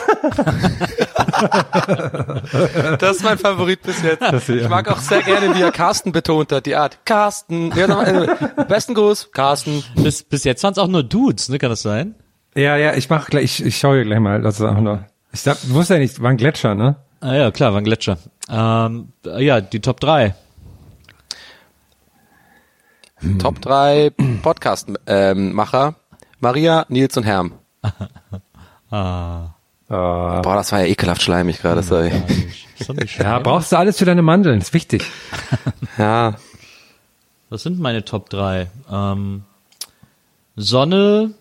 [SPEAKER 6] Das ist mein Favorit bis jetzt.
[SPEAKER 8] Das
[SPEAKER 6] Ich mag auch sehr gerne, wie er Carsten betont hat, die Art. Carsten. Ja, noch, äh, besten Gruß, Carsten.
[SPEAKER 7] Bis, bis jetzt waren es auch nur Dudes, ne? Kann das sein?
[SPEAKER 8] Ja, ja, ich mach gleich, ich, ich schaue hier gleich mal, das ist auch nur. Ich sag, du wusstest ja nicht, war ein Gletscher, ne?
[SPEAKER 7] Ah ja, klar, war ein Gletscher. Ähm, ja, die Top drei.
[SPEAKER 6] Top drei Podcast-Macher. Maria, Nils und Herm.
[SPEAKER 7] Ah.
[SPEAKER 8] Uh,
[SPEAKER 6] Boah, das war ja ekelhaft schleimig gerade. Sorry.
[SPEAKER 8] Ja, brauchst du alles für deine Mandeln, ist wichtig.
[SPEAKER 6] Ja.
[SPEAKER 7] Was sind meine Top drei? Ähm, Sonne,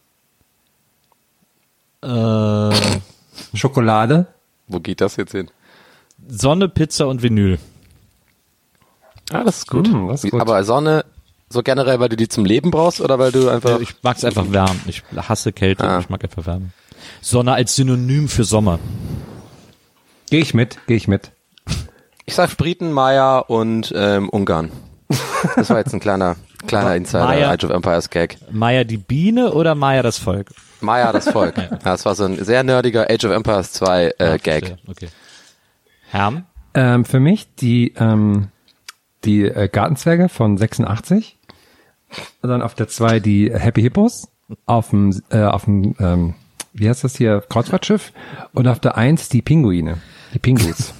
[SPEAKER 7] äh,
[SPEAKER 8] Schokolade.
[SPEAKER 6] Wo geht das jetzt hin?
[SPEAKER 7] Sonne, Pizza und Vinyl.
[SPEAKER 6] Ah, das ist gut.
[SPEAKER 8] Mm, das ist gut.
[SPEAKER 6] Aber Sonne, so generell, weil du die zum Leben brauchst oder weil du einfach...
[SPEAKER 7] Ich mag's einfach wärmen. Ich hasse Kälte,
[SPEAKER 6] Ah.
[SPEAKER 7] ich mag einfach Wärme. Sonne als Synonym für Sommer.
[SPEAKER 8] Geh ich mit, geh ich mit.
[SPEAKER 6] Ich sag Briten, Maya und ähm, Ungarn. Das war jetzt ein kleiner kleiner Insider,
[SPEAKER 7] Maya-
[SPEAKER 6] Age of Empires Gag.
[SPEAKER 7] Maya die Biene oder Maya das Volk?
[SPEAKER 6] Maya, das Volk. Ja, das war so ein sehr nerdiger Age of Empires zwei äh, Gag.
[SPEAKER 7] Verstehe. Okay. Herm?
[SPEAKER 8] Ähm, für mich die ähm, die äh, Gartenzwerge von sechsundachtzig. Und dann auf der zwei die Happy Hippos. Auf dem, äh, auf dem ähm, wie heißt das hier, Kreuzfahrtschiff. Und auf der eins die Pinguine. Die Pingus.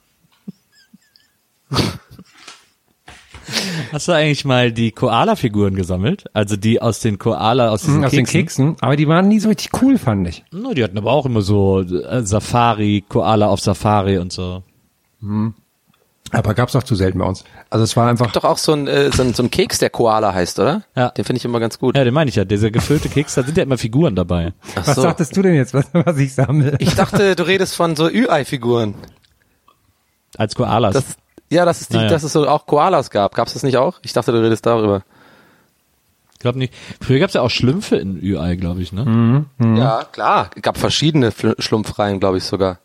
[SPEAKER 7] Hast du eigentlich mal die Koala-Figuren gesammelt? Also die aus den Koala, aus diesen
[SPEAKER 8] aus
[SPEAKER 7] Keksen?
[SPEAKER 8] den Keksen. Aber die waren nie so richtig cool, fand ich.
[SPEAKER 7] No, die hatten aber auch immer so äh, Safari, Koala auf Safari und so.
[SPEAKER 8] Hm. Aber gab's auch zu selten bei uns. Also es war einfach...
[SPEAKER 6] Gibt doch auch so ein, äh, so ein, so ein Keks, der Koala heißt, oder?
[SPEAKER 7] Ja.
[SPEAKER 6] Den finde ich immer ganz gut.
[SPEAKER 7] Ja, den meine ich ja. Dieser gefüllte Keks, da sind ja immer Figuren dabei.
[SPEAKER 6] Ach
[SPEAKER 8] Was
[SPEAKER 6] so.
[SPEAKER 8] sagtest du denn jetzt, was, was ich sammle?
[SPEAKER 6] Ich dachte, du redest von so Ü-Ei-Figuren.
[SPEAKER 7] Als Koalas.
[SPEAKER 6] Das, ja, dass es, die,
[SPEAKER 7] Naja.
[SPEAKER 6] dass es so auch Koalas gab. Gab's das nicht auch? Ich dachte, du redest darüber.
[SPEAKER 7] Ich glaube nicht. Früher gab es ja auch Schlümpfe in Ü Ei, glaube ich, ne?
[SPEAKER 8] Mhm. Mhm.
[SPEAKER 6] Ja, klar. Es gab verschiedene Fl- Schlumpfreihen, glaube ich sogar.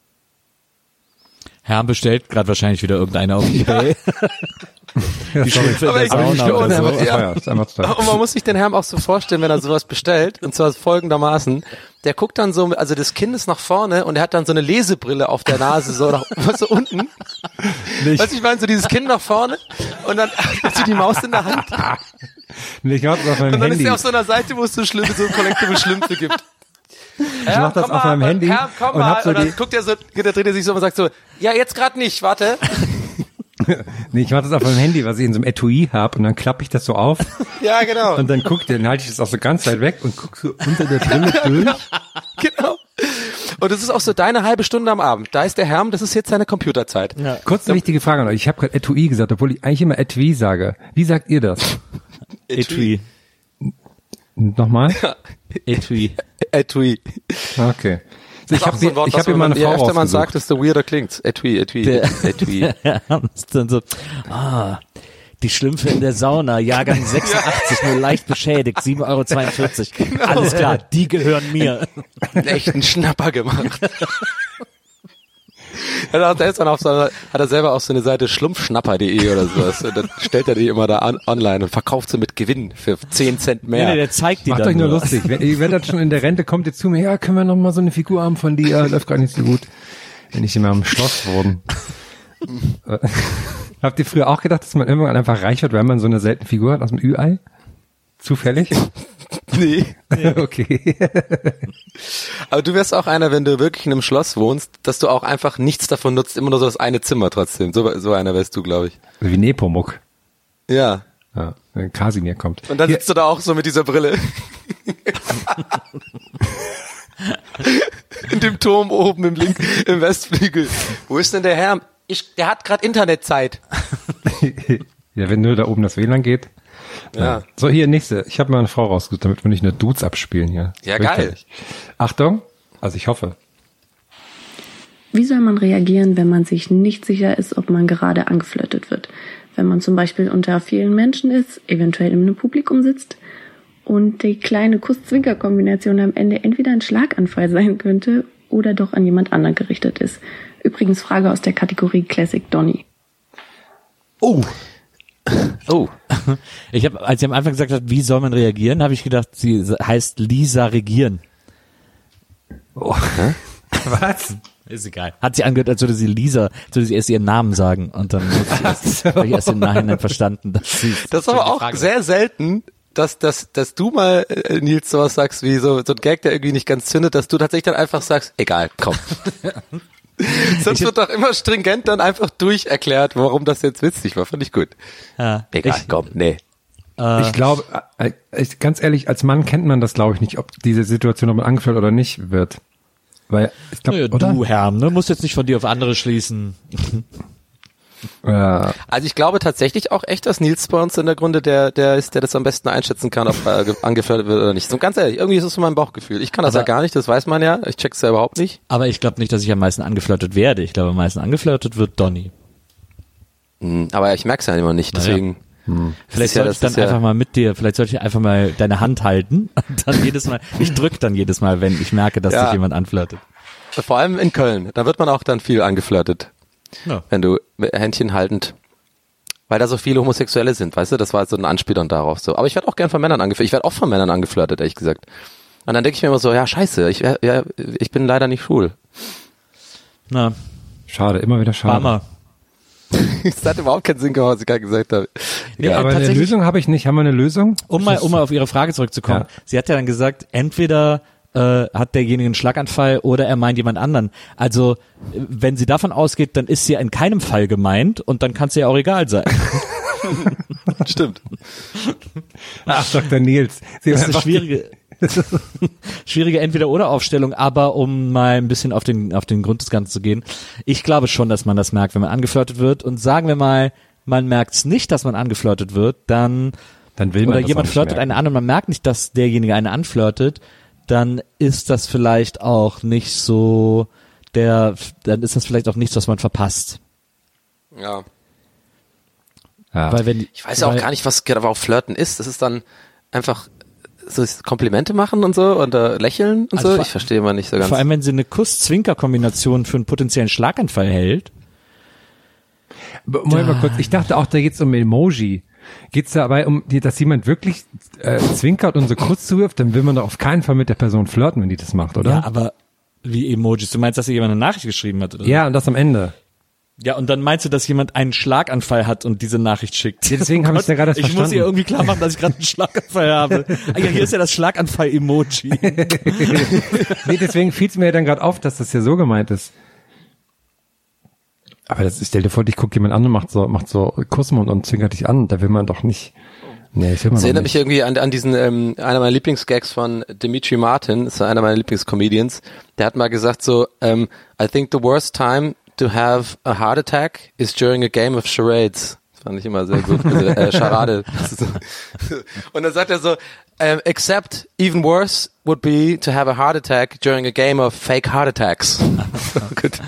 [SPEAKER 7] Herrn bestellt gerade wahrscheinlich wieder irgendeiner auf eBay. Die Schlümpfe in
[SPEAKER 6] Aber
[SPEAKER 7] der
[SPEAKER 6] ich bin
[SPEAKER 7] Sauna
[SPEAKER 6] schon,
[SPEAKER 7] oder so.
[SPEAKER 6] aber, ja. Und man muss sich den Herrn auch so vorstellen, wenn er sowas bestellt, und zwar folgendermaßen, der guckt dann so, also das Kinn ist nach vorne und er hat dann so eine Lesebrille auf der Nase, so nach so unten.
[SPEAKER 8] Nicht.
[SPEAKER 6] Weißt du, ich meine, so dieses Kinn nach vorne und dann hast du die Maus in der Hand.
[SPEAKER 8] Ich mach das auf meinem
[SPEAKER 6] Und dann
[SPEAKER 8] Handy.
[SPEAKER 6] ist er auf so einer Seite, wo es so Schlümpfe, so Collectible Schlümpfe gibt.
[SPEAKER 8] Ich mach das auf meinem Handy
[SPEAKER 6] Herr, komm
[SPEAKER 8] und
[SPEAKER 6] mal.
[SPEAKER 8] hab so
[SPEAKER 6] und dann
[SPEAKER 8] die,
[SPEAKER 6] guckt er so, da dreht er sich so und sagt so, ja, jetzt gerade nicht, warte.
[SPEAKER 8] nee, ich mach das auf meinem Handy, was ich in so einem Etui hab, und dann klappe ich das so auf.
[SPEAKER 6] Ja, genau.
[SPEAKER 8] Und dann guck, dann halte ich das auch so ganz weit weg und guck so unter der Brille durch.
[SPEAKER 6] Genau. Und das ist auch so deine halbe Stunde am Abend. Da ist der Herm, das ist jetzt seine Computerzeit.
[SPEAKER 8] Ja. Kurz eine wichtige Frage an euch. Ich habe gerade Etui gesagt, obwohl ich eigentlich immer Etui sage. Wie sagt ihr das?
[SPEAKER 7] Etui.
[SPEAKER 8] Nochmal?
[SPEAKER 7] Etui.
[SPEAKER 6] Etui.
[SPEAKER 8] Okay. So, ich habe
[SPEAKER 6] so ein Wort,
[SPEAKER 8] ich
[SPEAKER 6] was
[SPEAKER 8] hab hier
[SPEAKER 6] man-
[SPEAKER 8] mal eine
[SPEAKER 6] je
[SPEAKER 8] Frau
[SPEAKER 6] öfter man
[SPEAKER 8] rausgesucht.
[SPEAKER 6] sagt, desto weirder klingt's. Etui, Etui,
[SPEAKER 7] Der,
[SPEAKER 6] Etui.
[SPEAKER 7] der Herm ist dann so, ah, die Schlümpfe in der Sauna, Jahrgang sechsundachtzig, nur leicht beschädigt, sieben Euro zweiundvierzig. Alles klar, die gehören mir.
[SPEAKER 6] Einen echten Schnapper gemacht. Hat er, selbst dann auf so, hat er selber auf so eine Seite schlumpfschnapper punkt de oder sowas. Und dann stellt er die immer da an, online und verkauft sie mit Gewinn für zehn Cent mehr.
[SPEAKER 7] Nee, nee, der zeigt die
[SPEAKER 8] Macht
[SPEAKER 7] dann
[SPEAKER 8] euch nur
[SPEAKER 7] nur.
[SPEAKER 8] lustig. Wenn, ihr werdet schon in der Rente, kommt ihr zu mir, ja, können wir noch mal so eine Figur haben von dir? Läuft gar nicht so gut. Wenn ich immer am Schloss wurden. Habt ihr früher auch gedacht, dass man irgendwann einfach reich wird, weil man so eine seltene Figur hat aus dem Ü-Ei? Zufällig?
[SPEAKER 6] Nee.
[SPEAKER 8] Okay.
[SPEAKER 6] Aber du wärst auch einer, wenn du wirklich in einem Schloss wohnst, dass du auch einfach nichts davon nutzt, immer nur so das eine Zimmer trotzdem. So, so einer wärst du, glaube ich.
[SPEAKER 8] Wie Nepomuk.
[SPEAKER 6] Ja.
[SPEAKER 8] Ja, wenn Kasimir kommt.
[SPEAKER 6] Und dann
[SPEAKER 8] Hier,
[SPEAKER 6] sitzt du da auch so mit dieser Brille. In dem Turm oben im Link, im Westflügel. Wo ist denn der Herr? Ich, der hat gerade Internetzeit.
[SPEAKER 8] ja, wenn nur da oben das W L A N geht.
[SPEAKER 6] Ja.
[SPEAKER 8] So, hier, nächste. Ich habe mal eine Frau rausgesucht, damit wir nicht nur Dudes abspielen hier.
[SPEAKER 6] Ja, geil.
[SPEAKER 8] Achtung. Also ich hoffe.
[SPEAKER 15] Wie soll man reagieren, wenn man sich nicht sicher ist, ob man gerade angeflirtet wird? Wenn man zum Beispiel unter vielen Menschen ist, eventuell in einem Publikum sitzt und die kleine Kuss-Zwinker-Kombination am Ende entweder ein Schlaganfall sein könnte oder doch an jemand anderen gerichtet ist. Übrigens Frage aus der Kategorie Classic Donny.
[SPEAKER 7] Oh. Oh. Ich habe, als sie am Anfang gesagt hat, wie soll man reagieren, habe ich gedacht, sie heißt Lisa Regieren.
[SPEAKER 8] Oh. Was?
[SPEAKER 7] Ist egal. Hat sie angehört, als würde sie Lisa, als würde sie erst ihren Namen sagen und dann habe so. ich erst im Nachhinein verstanden, dass sie.
[SPEAKER 6] Das ist aber auch sehr selten, dass, dass, dass du mal, äh, Nils, sowas sagst wie so, so ein Gag, der irgendwie nicht ganz zündet, dass du tatsächlich dann einfach sagst, egal, komm. Sonst wird doch immer stringent dann einfach durcherklärt, warum das jetzt witzig war. Fand ich gut.
[SPEAKER 7] Ja,
[SPEAKER 6] egal,
[SPEAKER 7] ich,
[SPEAKER 6] komm, nee.
[SPEAKER 7] Äh,
[SPEAKER 8] Ich glaube, äh, ich, ganz ehrlich, als Mann kennt man das, glaube ich, nicht, ob diese Situation, ob man angefüllt oder nicht wird. Weil, ich glaube,
[SPEAKER 7] naja,
[SPEAKER 8] oder?
[SPEAKER 7] du, Herm, ne, musst jetzt nicht von dir auf andere schließen.
[SPEAKER 8] Ja.
[SPEAKER 6] Also ich glaube tatsächlich auch echt, dass Nils bei uns in der Grunde der, der ist, der das am besten einschätzen kann, ob er ge- angeflirtet wird oder nicht. So ganz ehrlich, irgendwie ist es so mein Bauchgefühl. Ich kann das
[SPEAKER 7] Aber-
[SPEAKER 6] ja gar nicht, das weiß man ja. Ich check's ja überhaupt nicht.
[SPEAKER 7] Aber ich glaube nicht, dass ich am meisten angeflirtet werde. Ich glaube, am meisten angeflirtet wird Donny.
[SPEAKER 6] Hm, aber ich merk's ja immer nicht,
[SPEAKER 7] Naja.
[SPEAKER 6] deswegen.
[SPEAKER 8] Hm.
[SPEAKER 7] Vielleicht
[SPEAKER 6] ja-
[SPEAKER 7] sollte ich
[SPEAKER 6] das
[SPEAKER 7] dann
[SPEAKER 6] ist ja-
[SPEAKER 7] einfach mal mit dir, vielleicht sollte ich einfach mal deine Hand halten und dann jedes Mal, ich drück dann jedes Mal, wenn ich merke, dass
[SPEAKER 6] Ja.
[SPEAKER 7] dich jemand anflirtet.
[SPEAKER 6] Vor allem in Köln, da wird man auch dann viel angeflirtet.
[SPEAKER 7] Ja.
[SPEAKER 6] Wenn du mit Händchen haltend, weil da so viele Homosexuelle sind, weißt du, das war so ein Anspielung darauf so. Aber ich werde auch gern von Männern angeflirtet, ich werde auch von Männern angeflirtet, ehrlich gesagt. Und dann denke ich mir immer so, ja scheiße, ich, wär- ja, ich bin leider nicht schwul.
[SPEAKER 7] Na,
[SPEAKER 8] Schade, immer wieder schade.
[SPEAKER 7] Mama.
[SPEAKER 6] Das hat überhaupt keinen Sinn gemacht, was ich gerade gesagt habe.
[SPEAKER 7] Nee,
[SPEAKER 6] Egal.
[SPEAKER 8] Aber eine
[SPEAKER 7] tatsächlich-
[SPEAKER 8] Lösung habe ich nicht. Haben wir eine Lösung?
[SPEAKER 7] Um mal, um mal auf Ihre Frage zurückzukommen.
[SPEAKER 8] Ja.
[SPEAKER 7] Sie hat ja dann gesagt, entweder äh, hat derjenige einen Schlaganfall oder er meint jemand anderen. Also, äh, wenn sie davon ausgeht, dann ist sie ja in keinem Fall gemeint und dann kann es ja auch egal sein.
[SPEAKER 6] Stimmt.
[SPEAKER 8] Ach, Doktor Nils. Sie
[SPEAKER 7] Das ist
[SPEAKER 8] haben
[SPEAKER 7] eine
[SPEAKER 8] einfach-
[SPEAKER 7] schwierige, schwierige Entweder-oder-Aufstellung, aber um mal ein bisschen auf den, auf den Grund des Ganzen zu gehen. Ich glaube schon, dass man das merkt, wenn man angeflirtet wird. Und sagen wir mal, man merkt es nicht, dass man angeflirtet wird, dann,
[SPEAKER 8] Dann will man
[SPEAKER 7] oder
[SPEAKER 8] das
[SPEAKER 7] jemand
[SPEAKER 8] auch nicht
[SPEAKER 7] flirtet
[SPEAKER 8] merken.
[SPEAKER 7] einen an und man merkt nicht, dass derjenige einen anflirtet, dann ist das vielleicht auch nicht so der, dann ist das vielleicht auch nichts, was man verpasst.
[SPEAKER 6] Ja.
[SPEAKER 8] Ja.
[SPEAKER 7] Weil wenn,
[SPEAKER 6] Ich weiß ja auch
[SPEAKER 7] weil,
[SPEAKER 6] gar nicht, was genau Flirten ist. Das ist dann, einfach so Komplimente machen und so und äh, lächeln und
[SPEAKER 7] Also
[SPEAKER 6] so? Ich verstehe mal nicht so ganz.
[SPEAKER 7] Vor allem, wenn sie eine Kuss-Zwinker-Kombination für einen potenziellen Schlaganfall hält.
[SPEAKER 8] Moment mal kurz, ich dachte auch, da geht's um Emoji. Geht's dabei um, die, dass jemand wirklich äh, zwinkert und so Kuss zuwirft, dann will man doch auf keinen Fall mit der Person flirten, wenn die das macht, oder?
[SPEAKER 7] Ja, aber wie Emojis? Du meinst, dass ihr jemand eine Nachricht geschrieben hat, oder?
[SPEAKER 8] Ja, und das am Ende.
[SPEAKER 7] Ja, und dann meinst du, dass jemand einen Schlaganfall hat und diese Nachricht schickt?
[SPEAKER 8] Ja, deswegen
[SPEAKER 7] Oh
[SPEAKER 8] habe ich ja gerade das
[SPEAKER 7] Ich
[SPEAKER 8] verstanden.
[SPEAKER 7] muss ihr irgendwie klar machen, dass ich gerade einen Schlaganfall habe. Ah ja, hier ist ja das Schlaganfall-Emoji.
[SPEAKER 8] Nee, deswegen fiel es mir ja dann gerade auf, dass das ja so gemeint ist. Aber das ist, stell dir vor, dich guckt jemand an und macht so, macht so Kussmund und zwinkert dich an. Da will man doch nicht. Nee, ich will man
[SPEAKER 6] Das
[SPEAKER 8] doch
[SPEAKER 6] erinnert
[SPEAKER 8] nicht.
[SPEAKER 6] mich irgendwie an, an diesen, ähm, einer meiner Lieblingsgags von Dimitri Martin, ist einer meiner Lieblingscomedians. Der hat mal gesagt so, ähm, I think the worst time to have a heart attack is during a game of charades. Das fand ich immer sehr gut. Also, äh, Charade. Und dann sagt er so, um, except even worse would be to have a heart attack during a game of fake heart attacks. Gut.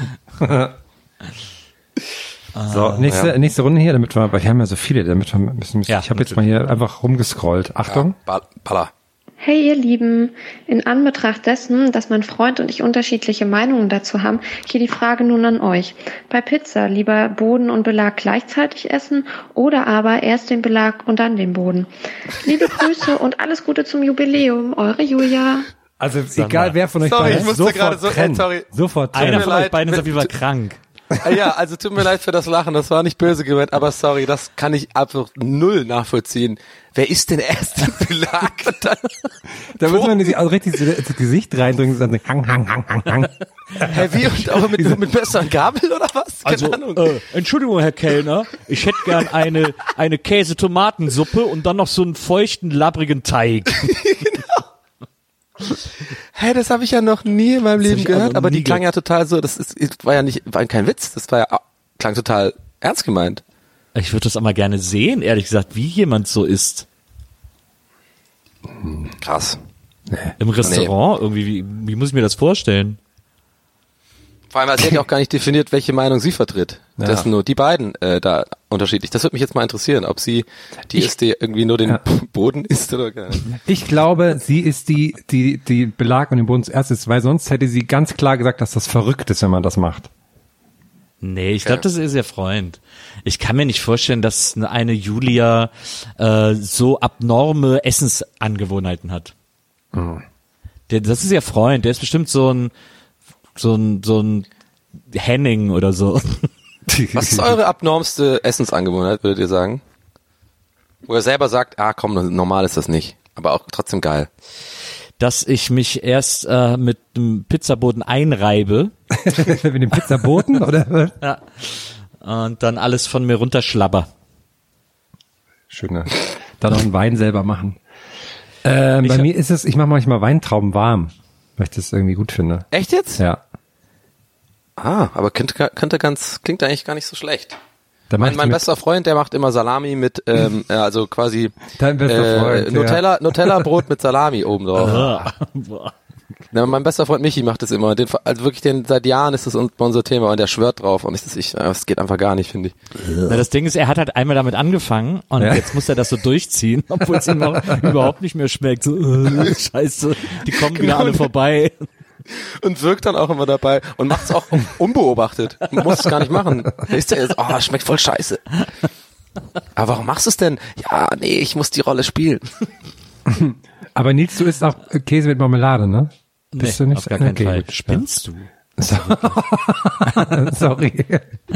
[SPEAKER 8] So, nächste,
[SPEAKER 6] ja.
[SPEAKER 8] nächste Runde hier, damit wir, weil wir haben ja so viele, damit wir müssen,
[SPEAKER 7] Ja,
[SPEAKER 8] ich habe jetzt mal hier einfach rumgescrollt. Achtung.
[SPEAKER 6] Ja, Baller.
[SPEAKER 16] Hey ihr Lieben, in Anbetracht dessen, dass mein Freund und ich unterschiedliche Meinungen dazu haben, hier die Frage nun an euch. Bei Pizza lieber Boden und Belag gleichzeitig essen oder aber erst den Belag und dann den Boden? Liebe Grüße und alles Gute zum Jubiläum, eure Julia.
[SPEAKER 8] Also
[SPEAKER 7] Sag
[SPEAKER 8] egal
[SPEAKER 7] mal.
[SPEAKER 8] wer von euch
[SPEAKER 6] Sorry,
[SPEAKER 8] beiden
[SPEAKER 6] ich musste
[SPEAKER 8] sofort
[SPEAKER 6] gerade so- äh,
[SPEAKER 8] trennen.
[SPEAKER 6] sorry.
[SPEAKER 8] Sofort trennen.
[SPEAKER 7] Einer
[SPEAKER 6] mir
[SPEAKER 7] von euch
[SPEAKER 6] leid,
[SPEAKER 7] beiden ist
[SPEAKER 6] mit-
[SPEAKER 7] auf jeden Fall krank.
[SPEAKER 6] Ah, ja, also tut mir leid für das Lachen, das war nicht böse gemeint, aber sorry, das kann ich einfach null nachvollziehen. Wer ist denn erst im Belag? Und dann,
[SPEAKER 8] Da muss man sich auch richtig so ins Gesicht reindrücken und dann hang, hang, hang, hang, hang.
[SPEAKER 6] hä, wie? Und aber mit, mit Messer und Gabel oder was? Keine
[SPEAKER 7] Also,
[SPEAKER 6] Ahnung.
[SPEAKER 7] äh, Entschuldigung, Herr Kellner, ich hätte gern eine, eine Käse-Tomatensuppe und dann noch so einen feuchten, labbrigen Teig.
[SPEAKER 6] Hä, das habe ich ja noch nie in meinem
[SPEAKER 7] Das hab
[SPEAKER 6] Leben
[SPEAKER 7] ich also
[SPEAKER 6] gehört, aber
[SPEAKER 7] nie
[SPEAKER 6] die klang ja total so, das ist, war ja nicht, war kein Witz, das war ja, klang total ernst gemeint.
[SPEAKER 7] Ich würde das auch mal gerne sehen, ehrlich gesagt, wie jemand so isst.
[SPEAKER 6] Krass.
[SPEAKER 7] Im Restaurant irgendwie, wie, wie muss ich mir das vorstellen?
[SPEAKER 6] Vor allem, sie hat ja auch gar nicht definiert, welche Meinung sie vertritt.
[SPEAKER 8] Ja.
[SPEAKER 6] Das sind nur die beiden äh, da unterschiedlich. Das würde mich jetzt mal interessieren, ob sie die
[SPEAKER 8] Ich-
[SPEAKER 6] ist, die irgendwie nur den
[SPEAKER 8] Ja.
[SPEAKER 6] Boden isst oder gar nicht.
[SPEAKER 8] Ich glaube, sie ist die, die, die Belag und den Boden zuerst ist, weil sonst hätte sie ganz klar gesagt, dass das verrückt ist, wenn man das macht.
[SPEAKER 7] Nee, ich glaube, das ist ihr Freund. Ich kann mir nicht vorstellen, dass eine Julia äh, so abnorme Essensangewohnheiten hat.
[SPEAKER 8] Mhm.
[SPEAKER 7] Der, das ist ihr Freund, der ist bestimmt so ein so ein so ein Henning oder so.
[SPEAKER 6] Was ist eure abnormste Essensangewohnheit, würdet ihr sagen? Wo er selber sagt, ah komm, normal ist das nicht, aber auch trotzdem geil.
[SPEAKER 7] Dass ich mich erst äh, mit dem Pizzaboden einreibe.
[SPEAKER 8] Mit dem Pizzaboden, oder?
[SPEAKER 7] Ja. Und dann alles von mir runterschlabber.
[SPEAKER 8] Schöne. Dann noch einen Wein selber machen. Ähm,
[SPEAKER 7] Ich
[SPEAKER 8] bei
[SPEAKER 7] hab-
[SPEAKER 8] mir ist es, ich mache manchmal Weintrauben warm, weil ich das irgendwie gut finde.
[SPEAKER 6] Echt jetzt?
[SPEAKER 8] Ja.
[SPEAKER 6] Ah, aber könnte, könnte ganz, klingt eigentlich gar nicht so schlecht.
[SPEAKER 8] Da mach
[SPEAKER 6] Mein,
[SPEAKER 8] ich
[SPEAKER 6] mein
[SPEAKER 8] mit-
[SPEAKER 6] bester Freund, der macht immer Salami mit, ähm, äh, also quasi
[SPEAKER 8] Dein bester
[SPEAKER 6] äh,
[SPEAKER 8] Freund, ja.
[SPEAKER 6] Nutella, Nutella-Brot mit Salami oben drauf.
[SPEAKER 7] Ah. Boah.
[SPEAKER 6] Ja, mein bester Freund Michi macht das immer. Den, also wirklich, den, seit Jahren ist das un- unser Thema und der schwört drauf und ich, das, ich, das geht einfach gar nicht, finde ich.
[SPEAKER 7] Na, das Ding ist, er hat halt einmal damit angefangen und
[SPEAKER 8] Ja.
[SPEAKER 7] jetzt muss er das so durchziehen, obwohl es ihm noch überhaupt nicht mehr schmeckt. So, äh, scheiße, die kommen wieder
[SPEAKER 6] Genau.
[SPEAKER 7] alle vorbei.
[SPEAKER 6] Und wirkt dann auch immer dabei und macht es auch unbeobachtet. Man muss es gar nicht machen. Da ist der jetzt, oh, schmeckt voll scheiße. Aber warum machst du es denn? Ja, nee, ich muss die Rolle spielen.
[SPEAKER 8] Aber Nils, du isst auch Käse mit Marmelade, ne? Bist
[SPEAKER 7] Nee,
[SPEAKER 8] du nicht
[SPEAKER 7] auf
[SPEAKER 8] so-
[SPEAKER 7] gar keinen
[SPEAKER 8] okay,
[SPEAKER 7] Fall.
[SPEAKER 8] gut.
[SPEAKER 7] Spinnst du?
[SPEAKER 8] So. Sorry.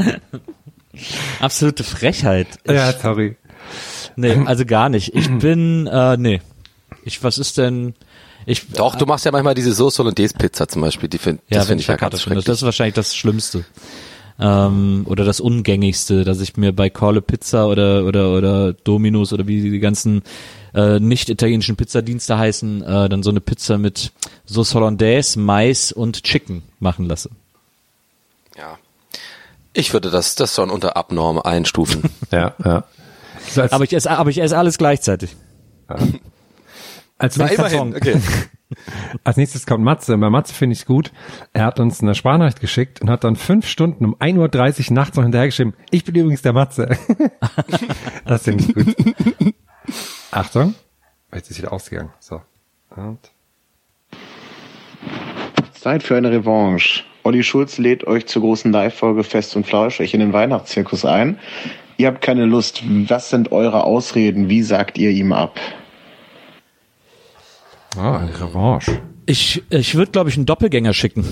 [SPEAKER 7] Absolute Frechheit. Ich,
[SPEAKER 8] Ja, sorry.
[SPEAKER 7] Nee, also gar nicht. Ich bin, äh, nee. Ich, was ist denn, ich,
[SPEAKER 6] Doch, du machst ja manchmal diese Soße Hollandaise Pizza zum Beispiel. Die find,
[SPEAKER 7] ja,
[SPEAKER 6] das
[SPEAKER 7] wenn
[SPEAKER 6] finde ich ja
[SPEAKER 7] verkatert
[SPEAKER 6] ganz
[SPEAKER 7] bin. Das
[SPEAKER 6] schrecklich.
[SPEAKER 7] ist wahrscheinlich das Schlimmste. Ähm, oder das Ungängigste, dass ich mir bei Corle Pizza oder, oder, oder Domino's oder wie die ganzen äh, nicht italienischen Pizzadienste heißen, äh, dann so eine Pizza mit Sauce Hollandaise, Mais und Chicken machen lasse.
[SPEAKER 6] Ja. Ich würde das, das schon unter Abnorm einstufen.
[SPEAKER 8] Ja, ja. So als,
[SPEAKER 7] Aber ich esse, aber ich esse alles gleichzeitig.
[SPEAKER 8] als,
[SPEAKER 6] Na,
[SPEAKER 8] nächstes,
[SPEAKER 6] immerhin, okay.
[SPEAKER 8] als nächstes kommt Matze. Bei Matze finde ich es gut. Er hat uns eine Sprachnachricht geschickt und hat dann fünf Stunden um ein Uhr dreißig nachts noch hinterhergeschrieben, ich bin übrigens der Matze. Das finde ich gut. Achtung. Jetzt ist wieder ausgegangen. So. Und.
[SPEAKER 17] Zeit für eine Revanche. Olli Schulz lädt euch zur großen Live-Folge Fest und Flauschig in den Weihnachtszirkus ein. Ihr habt keine Lust. Was sind eure Ausreden? Wie sagt ihr ihm ab?
[SPEAKER 8] Ah, eine Revanche.
[SPEAKER 7] Ich, ich würde, glaube ich, einen Doppelgänger schicken.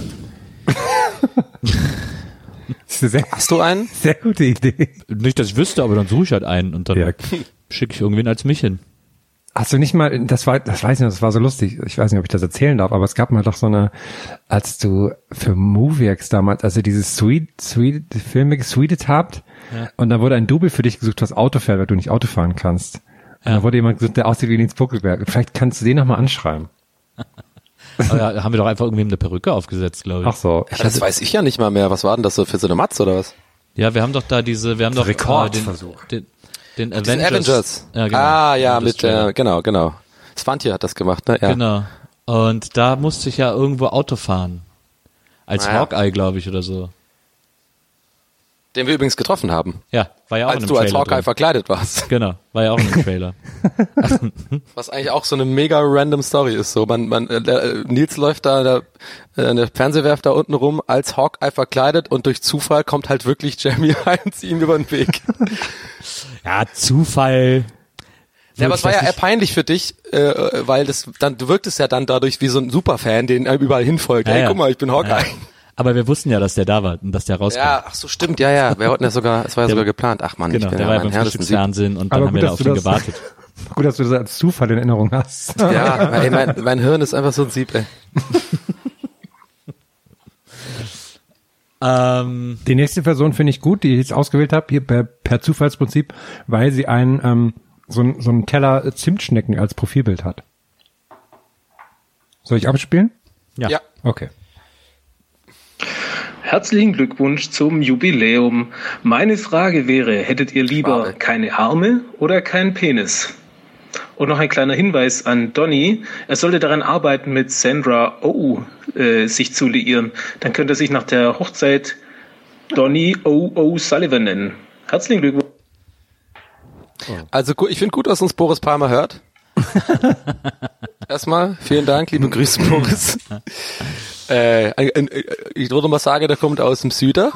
[SPEAKER 8] Sehr,
[SPEAKER 6] Hast du einen?
[SPEAKER 8] Sehr gute Idee.
[SPEAKER 7] Nicht, dass ich wüsste, aber dann suche ich halt einen und dann ja. schicke ich irgendwen als mich hin.
[SPEAKER 8] Hast du nicht mal, das war, das weiß ich nicht, das war so lustig, ich weiß nicht, ob ich das erzählen darf, aber es gab mal doch so eine, als du für Moviex damals, also dieses Suite, Suite, Filme gesweetet habt, ja. und da wurde ein Double für dich gesucht, was Auto fährt, weil du nicht Auto fahren kannst. Und ja. da wurde jemand gesucht, der aussieht wie Nils Buckelberg. Vielleicht kannst du den nochmal anschreiben.
[SPEAKER 7] Aber da haben wir doch einfach irgendwie eine Perücke aufgesetzt, glaube ich.
[SPEAKER 8] Ach so.
[SPEAKER 6] Ja, das weiß ich ja nicht mal mehr. Was war denn das so für so eine Matz oder was?
[SPEAKER 7] Ja, wir haben doch da diese, wir haben doch
[SPEAKER 8] Rekordversuch.
[SPEAKER 7] Äh, den, den, den
[SPEAKER 6] Ach,
[SPEAKER 7] Avengers.
[SPEAKER 6] Avengers.
[SPEAKER 7] Ja, genau.
[SPEAKER 6] Ah, ja, mit, äh, genau, genau. Svantje hat das gemacht, ne? Ja.
[SPEAKER 7] Genau. Und da musste ich ja irgendwo Auto fahren. Als
[SPEAKER 6] ah, ja.
[SPEAKER 7] Hawkeye, glaube ich, oder so.
[SPEAKER 6] Den wir übrigens getroffen haben.
[SPEAKER 7] Ja, war ja auch
[SPEAKER 6] als
[SPEAKER 7] in einem
[SPEAKER 6] du
[SPEAKER 7] Trailer
[SPEAKER 6] als Hawkeye
[SPEAKER 7] drin.
[SPEAKER 6] verkleidet warst.
[SPEAKER 7] Genau, war ja auch in einem Trailer.
[SPEAKER 6] Was eigentlich auch so eine mega random Story ist. So, man, man, äh, der, Nils läuft da, der, äh, der Fernsehwerfer da unten rum als Hawkeye verkleidet und durch Zufall kommt halt wirklich Jeremy Irons ihm über den Weg.
[SPEAKER 7] Ja, Zufall.
[SPEAKER 6] Ja, aber es war ja eher peinlich für dich, äh, weil das dann, du wirktest ja dann dadurch wie so ein Superfan, den er überall hinfolgt.
[SPEAKER 7] Ja,
[SPEAKER 6] Ey,
[SPEAKER 7] ja.
[SPEAKER 6] guck mal, ich bin Hawkeye.
[SPEAKER 7] Ja. Aber wir wussten ja, dass der da war und dass der rauskommt.
[SPEAKER 6] Ja, ach so, stimmt, ja, ja. Wir hatten ja sogar, es war ja
[SPEAKER 7] Der-
[SPEAKER 6] sogar geplant. Ach man,
[SPEAKER 7] Genau,
[SPEAKER 6] ich bin
[SPEAKER 7] der
[SPEAKER 6] ja
[SPEAKER 7] war ja
[SPEAKER 6] mein
[SPEAKER 7] beim Frühstücksfernsehen und dann
[SPEAKER 8] Aber
[SPEAKER 7] haben
[SPEAKER 8] gut,
[SPEAKER 7] wir da
[SPEAKER 8] dass
[SPEAKER 7] auf
[SPEAKER 8] du
[SPEAKER 7] ihn
[SPEAKER 8] das-
[SPEAKER 7] gewartet.
[SPEAKER 8] Gut, dass du das als Zufall in Erinnerung hast.
[SPEAKER 6] Ja, ey, mein, mein Hirn ist einfach so ein Sieb, ey.
[SPEAKER 7] Ähm,
[SPEAKER 8] Die nächste Person finde ich gut, die ich jetzt ausgewählt habe, hier per, per Zufallsprinzip, weil sie einen, ähm, so, ein- so einen Teller Zimtschnecken als Profilbild hat. Soll ich abspielen?
[SPEAKER 7] Ja.
[SPEAKER 6] Ja.
[SPEAKER 8] Okay.
[SPEAKER 12] Herzlichen Glückwunsch zum Jubiläum. Meine Frage wäre, hättet ihr lieber
[SPEAKER 6] Schwabe.
[SPEAKER 12] keine Arme oder keinen Penis? Und noch ein kleiner Hinweis an Donny. Er sollte daran arbeiten, mit Sandra Oh äh, sich zu liieren. Dann könnte er sich nach der Hochzeit Donny O. O'Sullivan nennen. Herzlichen Glückwunsch.
[SPEAKER 6] Also gut, ich finde gut, dass uns Boris Palmer hört. Erstmal, vielen Dank, liebe Grüße, Boris. äh, ein, ein, ich würde mal sagen, der kommt aus dem Süden.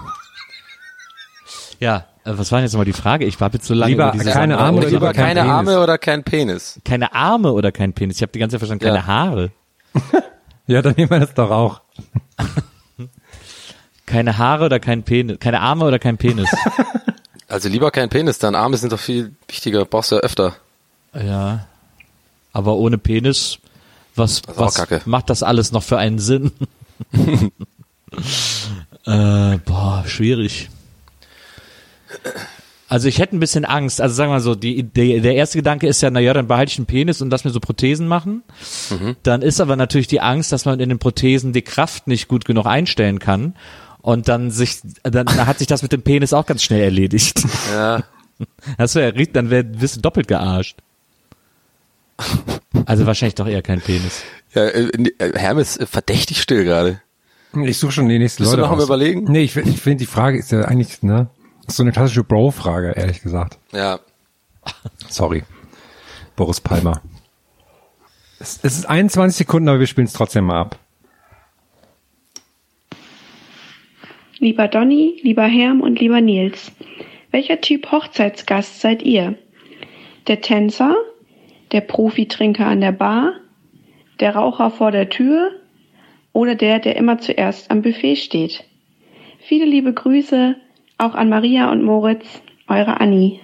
[SPEAKER 7] ja, äh, was war denn jetzt nochmal die Frage? Ich war jetzt so lange
[SPEAKER 8] Lieber
[SPEAKER 7] über diese
[SPEAKER 8] keine
[SPEAKER 7] Sache-
[SPEAKER 8] Arme oder
[SPEAKER 6] Lieber
[SPEAKER 8] lieber kein
[SPEAKER 6] keine
[SPEAKER 8] Penis?
[SPEAKER 6] Arme oder kein Penis.
[SPEAKER 7] Keine Arme oder kein Penis? Ich habe die ganze Zeit verstanden, keine
[SPEAKER 6] Ja.
[SPEAKER 7] Haare.
[SPEAKER 8] Ja, dann nehmen wir das doch auch.
[SPEAKER 7] Keine Haare oder kein Penis? Keine Arme oder kein Penis?
[SPEAKER 6] Also lieber kein Penis, dann Arme sind doch viel wichtiger, brauchst du ja öfter.
[SPEAKER 7] Ja. Aber ohne Penis, was,
[SPEAKER 6] Das ist auch
[SPEAKER 7] was
[SPEAKER 6] Kacke.
[SPEAKER 7] macht das alles noch für einen Sinn? äh, boah, schwierig. Also ich hätte ein bisschen Angst. Also sagen wir mal so, die, die, der erste Gedanke ist ja, naja, dann behalte ich einen Penis und lass mir so Prothesen machen.
[SPEAKER 6] Mhm.
[SPEAKER 7] Dann ist aber natürlich die Angst, dass man in den Prothesen die Kraft nicht gut genug einstellen kann. Und dann sich, dann hat sich das mit dem Penis auch ganz schnell erledigt.
[SPEAKER 6] Ja.
[SPEAKER 7] Das wäre, dann wär, wirst du doppelt gearscht. Also wahrscheinlich doch eher kein Penis.
[SPEAKER 6] Ja, äh, äh, Hermes äh, verdächtig still gerade.
[SPEAKER 8] Ich suche schon die nächsten
[SPEAKER 6] Bist du
[SPEAKER 8] Leute
[SPEAKER 6] noch am
[SPEAKER 8] raus.
[SPEAKER 6] Überlegen?
[SPEAKER 8] Nee, ich, ich finde die Frage ist ja eigentlich, ne, ist so eine klassische Bro-Frage, ehrlich gesagt.
[SPEAKER 6] Ja.
[SPEAKER 8] Sorry. Boris Palmer. Es, es ist einundzwanzig Sekunden, aber wir spielen es trotzdem mal ab.
[SPEAKER 18] Lieber Donny, lieber Herm und lieber Nils, welcher Typ Hochzeitsgast seid ihr? Der Tänzer, der Profitrinker an der Bar, der Raucher vor der Tür oder der, der immer zuerst am Buffet steht? Viele liebe Grüße auch an Maria und Moritz, eure Anni.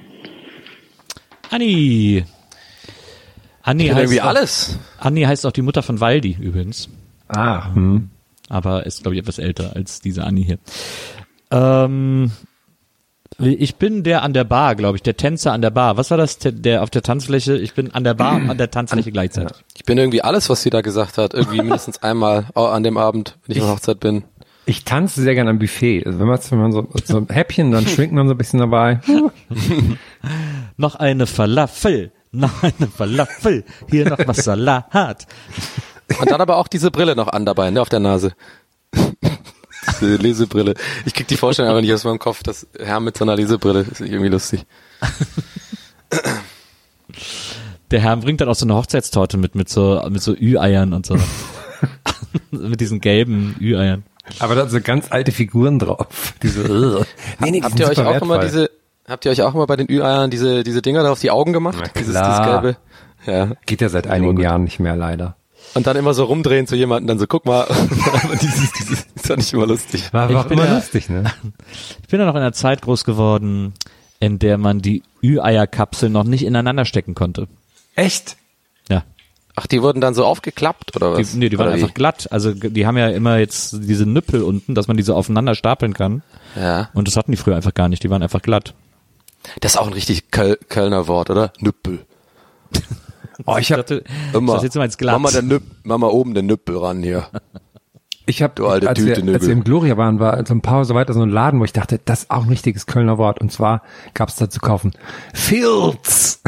[SPEAKER 7] Anni. Anni
[SPEAKER 6] Ich
[SPEAKER 7] heißt
[SPEAKER 6] irgendwie
[SPEAKER 7] auch,
[SPEAKER 6] alles.
[SPEAKER 7] Anni heißt auch die Mutter von Waldi übrigens.
[SPEAKER 8] Ah, hm.
[SPEAKER 7] Aber ist, glaube ich, etwas älter als diese Anni hier. Ähm, ich bin der an der Bar, glaube ich, der Tänzer an der Bar. Was war das, der auf der Tanzfläche? Ich bin an der Bar, an der Tanzfläche gleichzeitig.
[SPEAKER 6] Ich bin irgendwie alles, was sie da gesagt hat, irgendwie mindestens einmal an dem Abend, wenn ich auf Hochzeit bin.
[SPEAKER 8] Ich tanze sehr gerne am Buffet. Also wenn man, wenn man so, so ein Häppchen, dann schwingt man so ein bisschen dabei.
[SPEAKER 7] Noch eine Falafel, noch eine Falafel, hier noch was Salat.
[SPEAKER 6] Und dann aber auch diese Brille noch an dabei, ne, auf der Nase. Diese Lesebrille. Ich krieg die Vorstellung aber nicht aus meinem Kopf, dass Herr mit so einer Lesebrille ist irgendwie lustig.
[SPEAKER 7] Der Herr bringt dann auch so eine Hochzeitstorte mit, mit so, mit so Ü-Eiern und so. Mit diesen gelben Ü-Eiern.
[SPEAKER 8] Aber da sind so ganz alte Figuren drauf. Diese,
[SPEAKER 6] nee, nee, habt ihr euch auch wertvoll. immer diese, habt ihr euch auch immer bei den Ü-Eiern diese, diese Dinger da auf die Augen gemacht?
[SPEAKER 8] Na klar. Dieses, dieses gelbe. Ja. Geht ja seit einigen
[SPEAKER 6] ja,
[SPEAKER 8] Jahren nicht mehr, leider.
[SPEAKER 6] Und dann immer so rumdrehen zu jemandem, dann so, guck mal, dieses, dieses, ist ja nicht immer lustig.
[SPEAKER 8] War aber auch immer ja, lustig, ne?
[SPEAKER 7] Ich bin ja noch in einer Zeit groß geworden, in der man die Ü-Eier-Kapseln noch nicht ineinander stecken konnte.
[SPEAKER 8] Echt?
[SPEAKER 7] Ja.
[SPEAKER 6] Ach, die wurden dann so aufgeklappt, oder was?
[SPEAKER 7] Die, nee, die waren
[SPEAKER 6] oder
[SPEAKER 7] einfach
[SPEAKER 6] wie?
[SPEAKER 7] glatt. Also die haben ja immer jetzt diese Nüppel unten, dass man die so aufeinander stapeln kann.
[SPEAKER 6] Ja.
[SPEAKER 7] Und das hatten die früher einfach gar nicht, die waren einfach glatt.
[SPEAKER 6] Das ist auch ein richtig Köl- Kölner Wort, oder? Nüppel.
[SPEAKER 7] Oh, ich hab
[SPEAKER 6] immer,
[SPEAKER 7] das jetzt mal ins Glatt.
[SPEAKER 6] mach mal, der Nüpp, mach mal oben den Nüppel ran hier.
[SPEAKER 8] Ich habe,
[SPEAKER 6] als,
[SPEAKER 8] als, wir, als wir im Gloria waren, war so ein paar so weiter so ein Laden, wo ich dachte, das ist auch ein richtiges Kölner Wort. Und zwar gab es da zu kaufen Filz.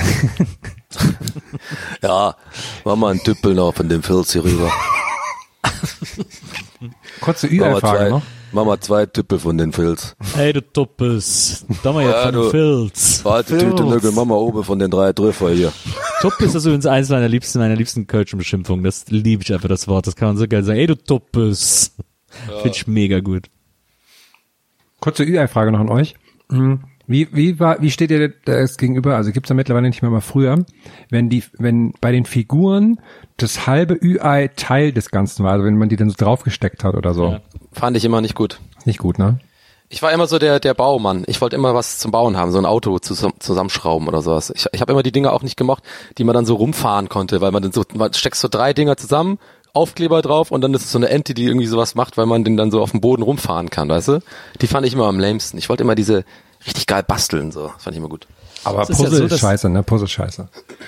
[SPEAKER 6] Ja, mach mal einen Tüppel noch von dem Filz hier rüber.
[SPEAKER 8] Kurze Ü-Frage noch.
[SPEAKER 6] Mach mal zwei Tüppel von den Filz.
[SPEAKER 7] Hey, du Tuppes, da mal jetzt ja, von den Filz.
[SPEAKER 6] Zweite Tüte Nügel, mach mal oben von den drei Trüffer hier.
[SPEAKER 7] Tuppes ist übrigens eins meiner liebsten, meiner liebsten kölschen Beschimpfungen. Das liebe ich einfach, das Wort. Das kann man so geil sagen. Ey, du Tuppes. Ja. Finde ich mega gut.
[SPEAKER 8] Kurze Ü-Frage noch an euch. Wie, wie war, wie steht ihr das gegenüber? Also gibt's ja mittlerweile nicht mehr mal früher, wenn die, wenn bei den Figuren das halbe Ü-Ei Teil des Ganzen war, also wenn man die dann so draufgesteckt hat oder so. Ja.
[SPEAKER 6] Fand ich immer nicht gut.
[SPEAKER 8] Nicht gut, ne?
[SPEAKER 6] Ich war immer so der, der Baumann. Ich wollte immer was zum Bauen haben, so ein Auto zusammen, zusammenschrauben oder sowas. Ich, ich habe immer die Dinger auch nicht gemocht, die man dann so rumfahren konnte, weil man dann so, man steckst so drei Dinger zusammen, Aufkleber drauf und dann ist es so eine Ente, die irgendwie sowas macht, weil man den dann so auf dem Boden rumfahren kann, weißt du? Die fand ich immer am lamesten. Ich wollte immer diese richtig geil basteln, so. Das fand ich immer gut.
[SPEAKER 8] Aber Puzzle ist, ja so, ist scheiße, ne? Puzzle ist scheiße.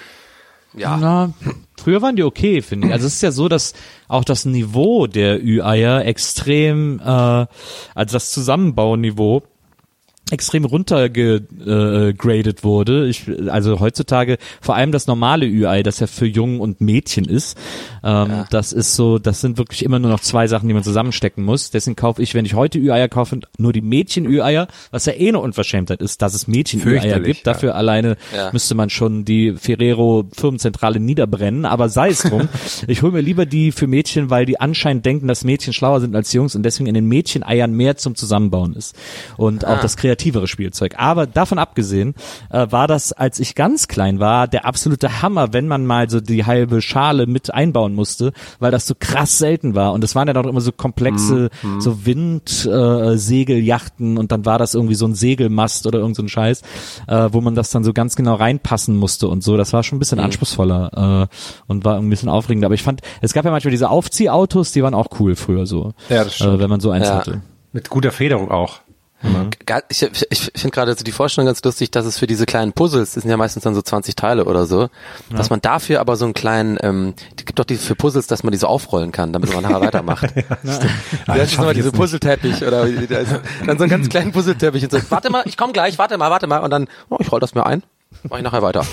[SPEAKER 7] Ja. Na, früher waren die okay, finde ich. Also es ist ja so, dass auch das Niveau der Ü-Eier extrem, äh, also das Zusammenbauniveau extrem runtergegradet äh, wurde. Ich, also heutzutage vor allem das normale Ü-Ei, das ja für Jungen und Mädchen ist. Ähm, ja. Das ist so, das sind wirklich immer nur noch zwei Sachen, die man zusammenstecken muss. Deswegen kaufe ich, wenn ich heute Ü-Eier kaufe, nur die Mädchen-Ü-Eier, was ja eh eine Unverschämtheit ist, dass es Mädchen-Ü-Eier gibt. Ja. Dafür alleine ja. müsste man schon die Ferrero-Firmenzentrale niederbrennen, aber sei es drum. Ich hole mir lieber die für Mädchen, weil die anscheinend denken, dass Mädchen schlauer sind als Jungs und deswegen in den Mädchen-Eiern mehr zum Zusammenbauen ist. Und ah. auch das kreativere Spielzeug. Aber davon abgesehen äh, war das, als ich ganz klein war, der absolute Hammer, wenn man mal so die halbe Schale mit einbauen musste, weil das so krass selten war. Und es waren ja doch immer so komplexe, mhm. so Windsegeljachten äh, und dann war das irgendwie so ein Segelmast oder irgend so ein Scheiß, äh, wo man das dann so ganz genau reinpassen musste und so. Das war schon ein bisschen mhm. anspruchsvoller äh, und war ein bisschen aufregend. Aber ich fand, es gab ja manchmal diese Aufziehautos, die waren auch cool früher so.
[SPEAKER 8] Ja, das stimmt.
[SPEAKER 7] Äh, wenn man so eins
[SPEAKER 6] ja.
[SPEAKER 7] hatte.
[SPEAKER 8] Mit guter Federung auch.
[SPEAKER 6] Mhm. Ich, ich finde gerade so die Vorstellung ganz lustig, dass es für diese kleinen Puzzles, das sind ja meistens dann so zwanzig Teile oder so, ja. dass man dafür aber so einen kleinen, ähm, die gibt doch die für Puzzles, dass man die so aufrollen kann, damit man nachher weitermacht. ja, ja, das ist immer diese Puzzleteppich oder da ist dann so einen ganz kleinen Puzzleteppich und so, warte mal, ich komme gleich, warte mal, warte mal und dann, oh, ich roll das mir ein, mach ich nachher weiter.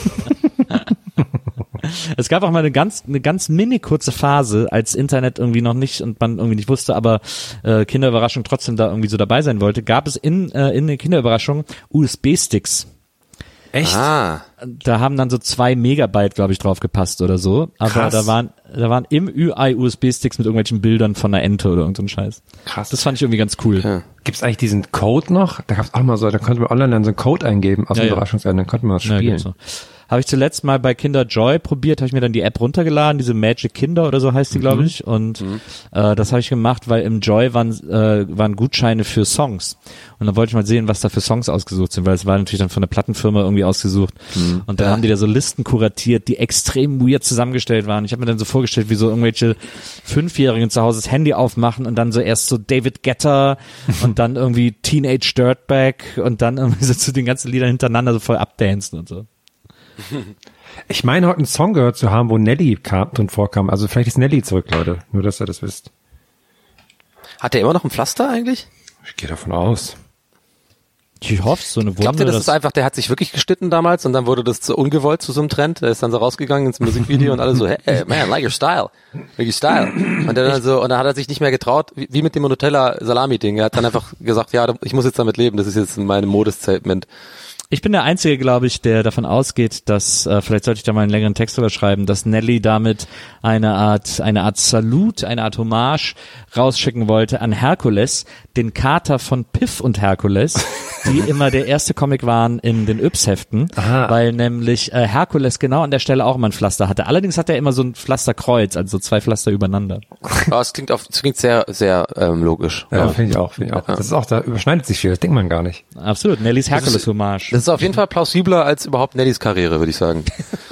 [SPEAKER 7] Es gab auch mal eine ganz eine ganz mini kurze Phase, als Internet irgendwie noch nicht und man irgendwie nicht wusste, aber äh, Kinderüberraschung trotzdem da irgendwie so dabei sein wollte, gab es in äh, in den Kinderüberraschungen U S B-Sticks.
[SPEAKER 6] Echt? Ah.
[SPEAKER 7] Da haben dann so zwei Megabyte, glaube ich, drauf gepasst oder so. Aber Krass. da waren da waren im Ü-Ei U S B-Sticks mit irgendwelchen Bildern von einer Ente oder irgendein Scheiß.
[SPEAKER 8] Krass.
[SPEAKER 7] Das fand ich irgendwie ganz cool.
[SPEAKER 8] Ja. Gibt's eigentlich diesen Code noch? Da gab's auch mal so, da konnte man online dann so einen Code eingeben aus
[SPEAKER 7] ja,
[SPEAKER 8] dem
[SPEAKER 7] ja.
[SPEAKER 8] Überraschungsende, dann konnte man das spielen.
[SPEAKER 7] Ja, habe ich zuletzt mal bei Kinder Joy probiert, habe ich mir dann die App runtergeladen, diese Magic Kinder oder so heißt die, glaube ich. Und mhm. äh, das habe ich gemacht, weil im Joy waren, äh, waren Gutscheine für Songs. Und dann wollte ich mal sehen, was da für Songs ausgesucht sind, weil es war natürlich dann von der Plattenfirma irgendwie ausgesucht. Mhm. Und dann ja. haben die da so Listen kuratiert, die extrem weird zusammengestellt waren. Ich habe mir dann so vorgestellt, wie so irgendwelche Fünfjährigen zu Hause das Handy aufmachen und dann so erst so David Guetta und dann irgendwie Teenage Dirtbag und dann irgendwie so zu den ganzen Liedern hintereinander so voll abdancen und so.
[SPEAKER 8] Ich meine, heute einen Song gehört zu haben, wo Nelly kam, drin vorkam. Also vielleicht ist Nelly zurück, Leute. Nur, dass ihr das wisst.
[SPEAKER 6] Hat der immer noch ein Pflaster eigentlich?
[SPEAKER 8] Ich gehe davon aus.
[SPEAKER 7] Ich hoffe, so eine Wunde.
[SPEAKER 6] Glaubt ihr, das ist einfach, der hat sich wirklich geschnitten damals und dann wurde das so ungewollt zu so einem Trend? Der ist dann so rausgegangen ins Musikvideo und alle so, hey, man, like your style. Like your style. Und dann so, und dann hat er sich nicht mehr getraut, wie, wie mit dem Nutella-Salami-Ding. Er hat dann einfach gesagt, ja, ich muss jetzt damit leben, das ist jetzt mein Modestatement.
[SPEAKER 7] Ich bin der Einzige, glaube ich, der davon ausgeht, dass, äh, vielleicht sollte ich da mal einen längeren Text drüber schreiben, dass Nelly damit eine Art, eine Art Salut, eine Art Hommage rausschicken wollte an Herkules, den Kater von Piff und Herkules, die immer der erste Comic waren in den Yps-Heften, weil nämlich äh, Herkules genau an der Stelle auch immer ein Pflaster hatte. Allerdings hat er immer so ein Pflasterkreuz, also so zwei Pflaster übereinander.
[SPEAKER 6] Ja, es klingt auf, es klingt sehr, sehr ähm, logisch.
[SPEAKER 8] Ja, ja. finde ich auch, finde ich auch. Das ist auch, da überschneidet sich viel, das denkt man gar nicht.
[SPEAKER 7] Absolut, Nellys Herkules-Hommage.
[SPEAKER 6] Das ist auf jeden Fall plausibler als überhaupt Nellys Karriere, würde ich sagen.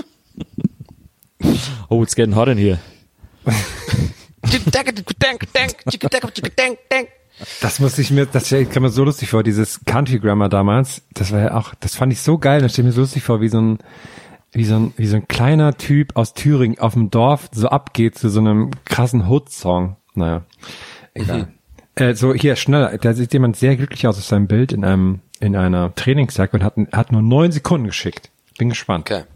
[SPEAKER 7] Oh, it's getting hot in here.
[SPEAKER 8] Das muss ich mir, das kam mir so lustig vor, dieses Country Grammar damals, das war ja auch, das fand ich so geil, das steht mir so lustig vor, wie so ein, wie so ein, wie so ein kleiner Typ aus Thüringen auf dem Dorf so abgeht zu so einem krassen Hood-Song. Naja, egal. Mhm. Äh, so, hier, schneller, da sieht jemand sehr glücklich aus auf seinem Bild in einem, in einer Trainingsjacke und hat, hat nur neun Sekunden geschickt. Bin gespannt.
[SPEAKER 6] Okay.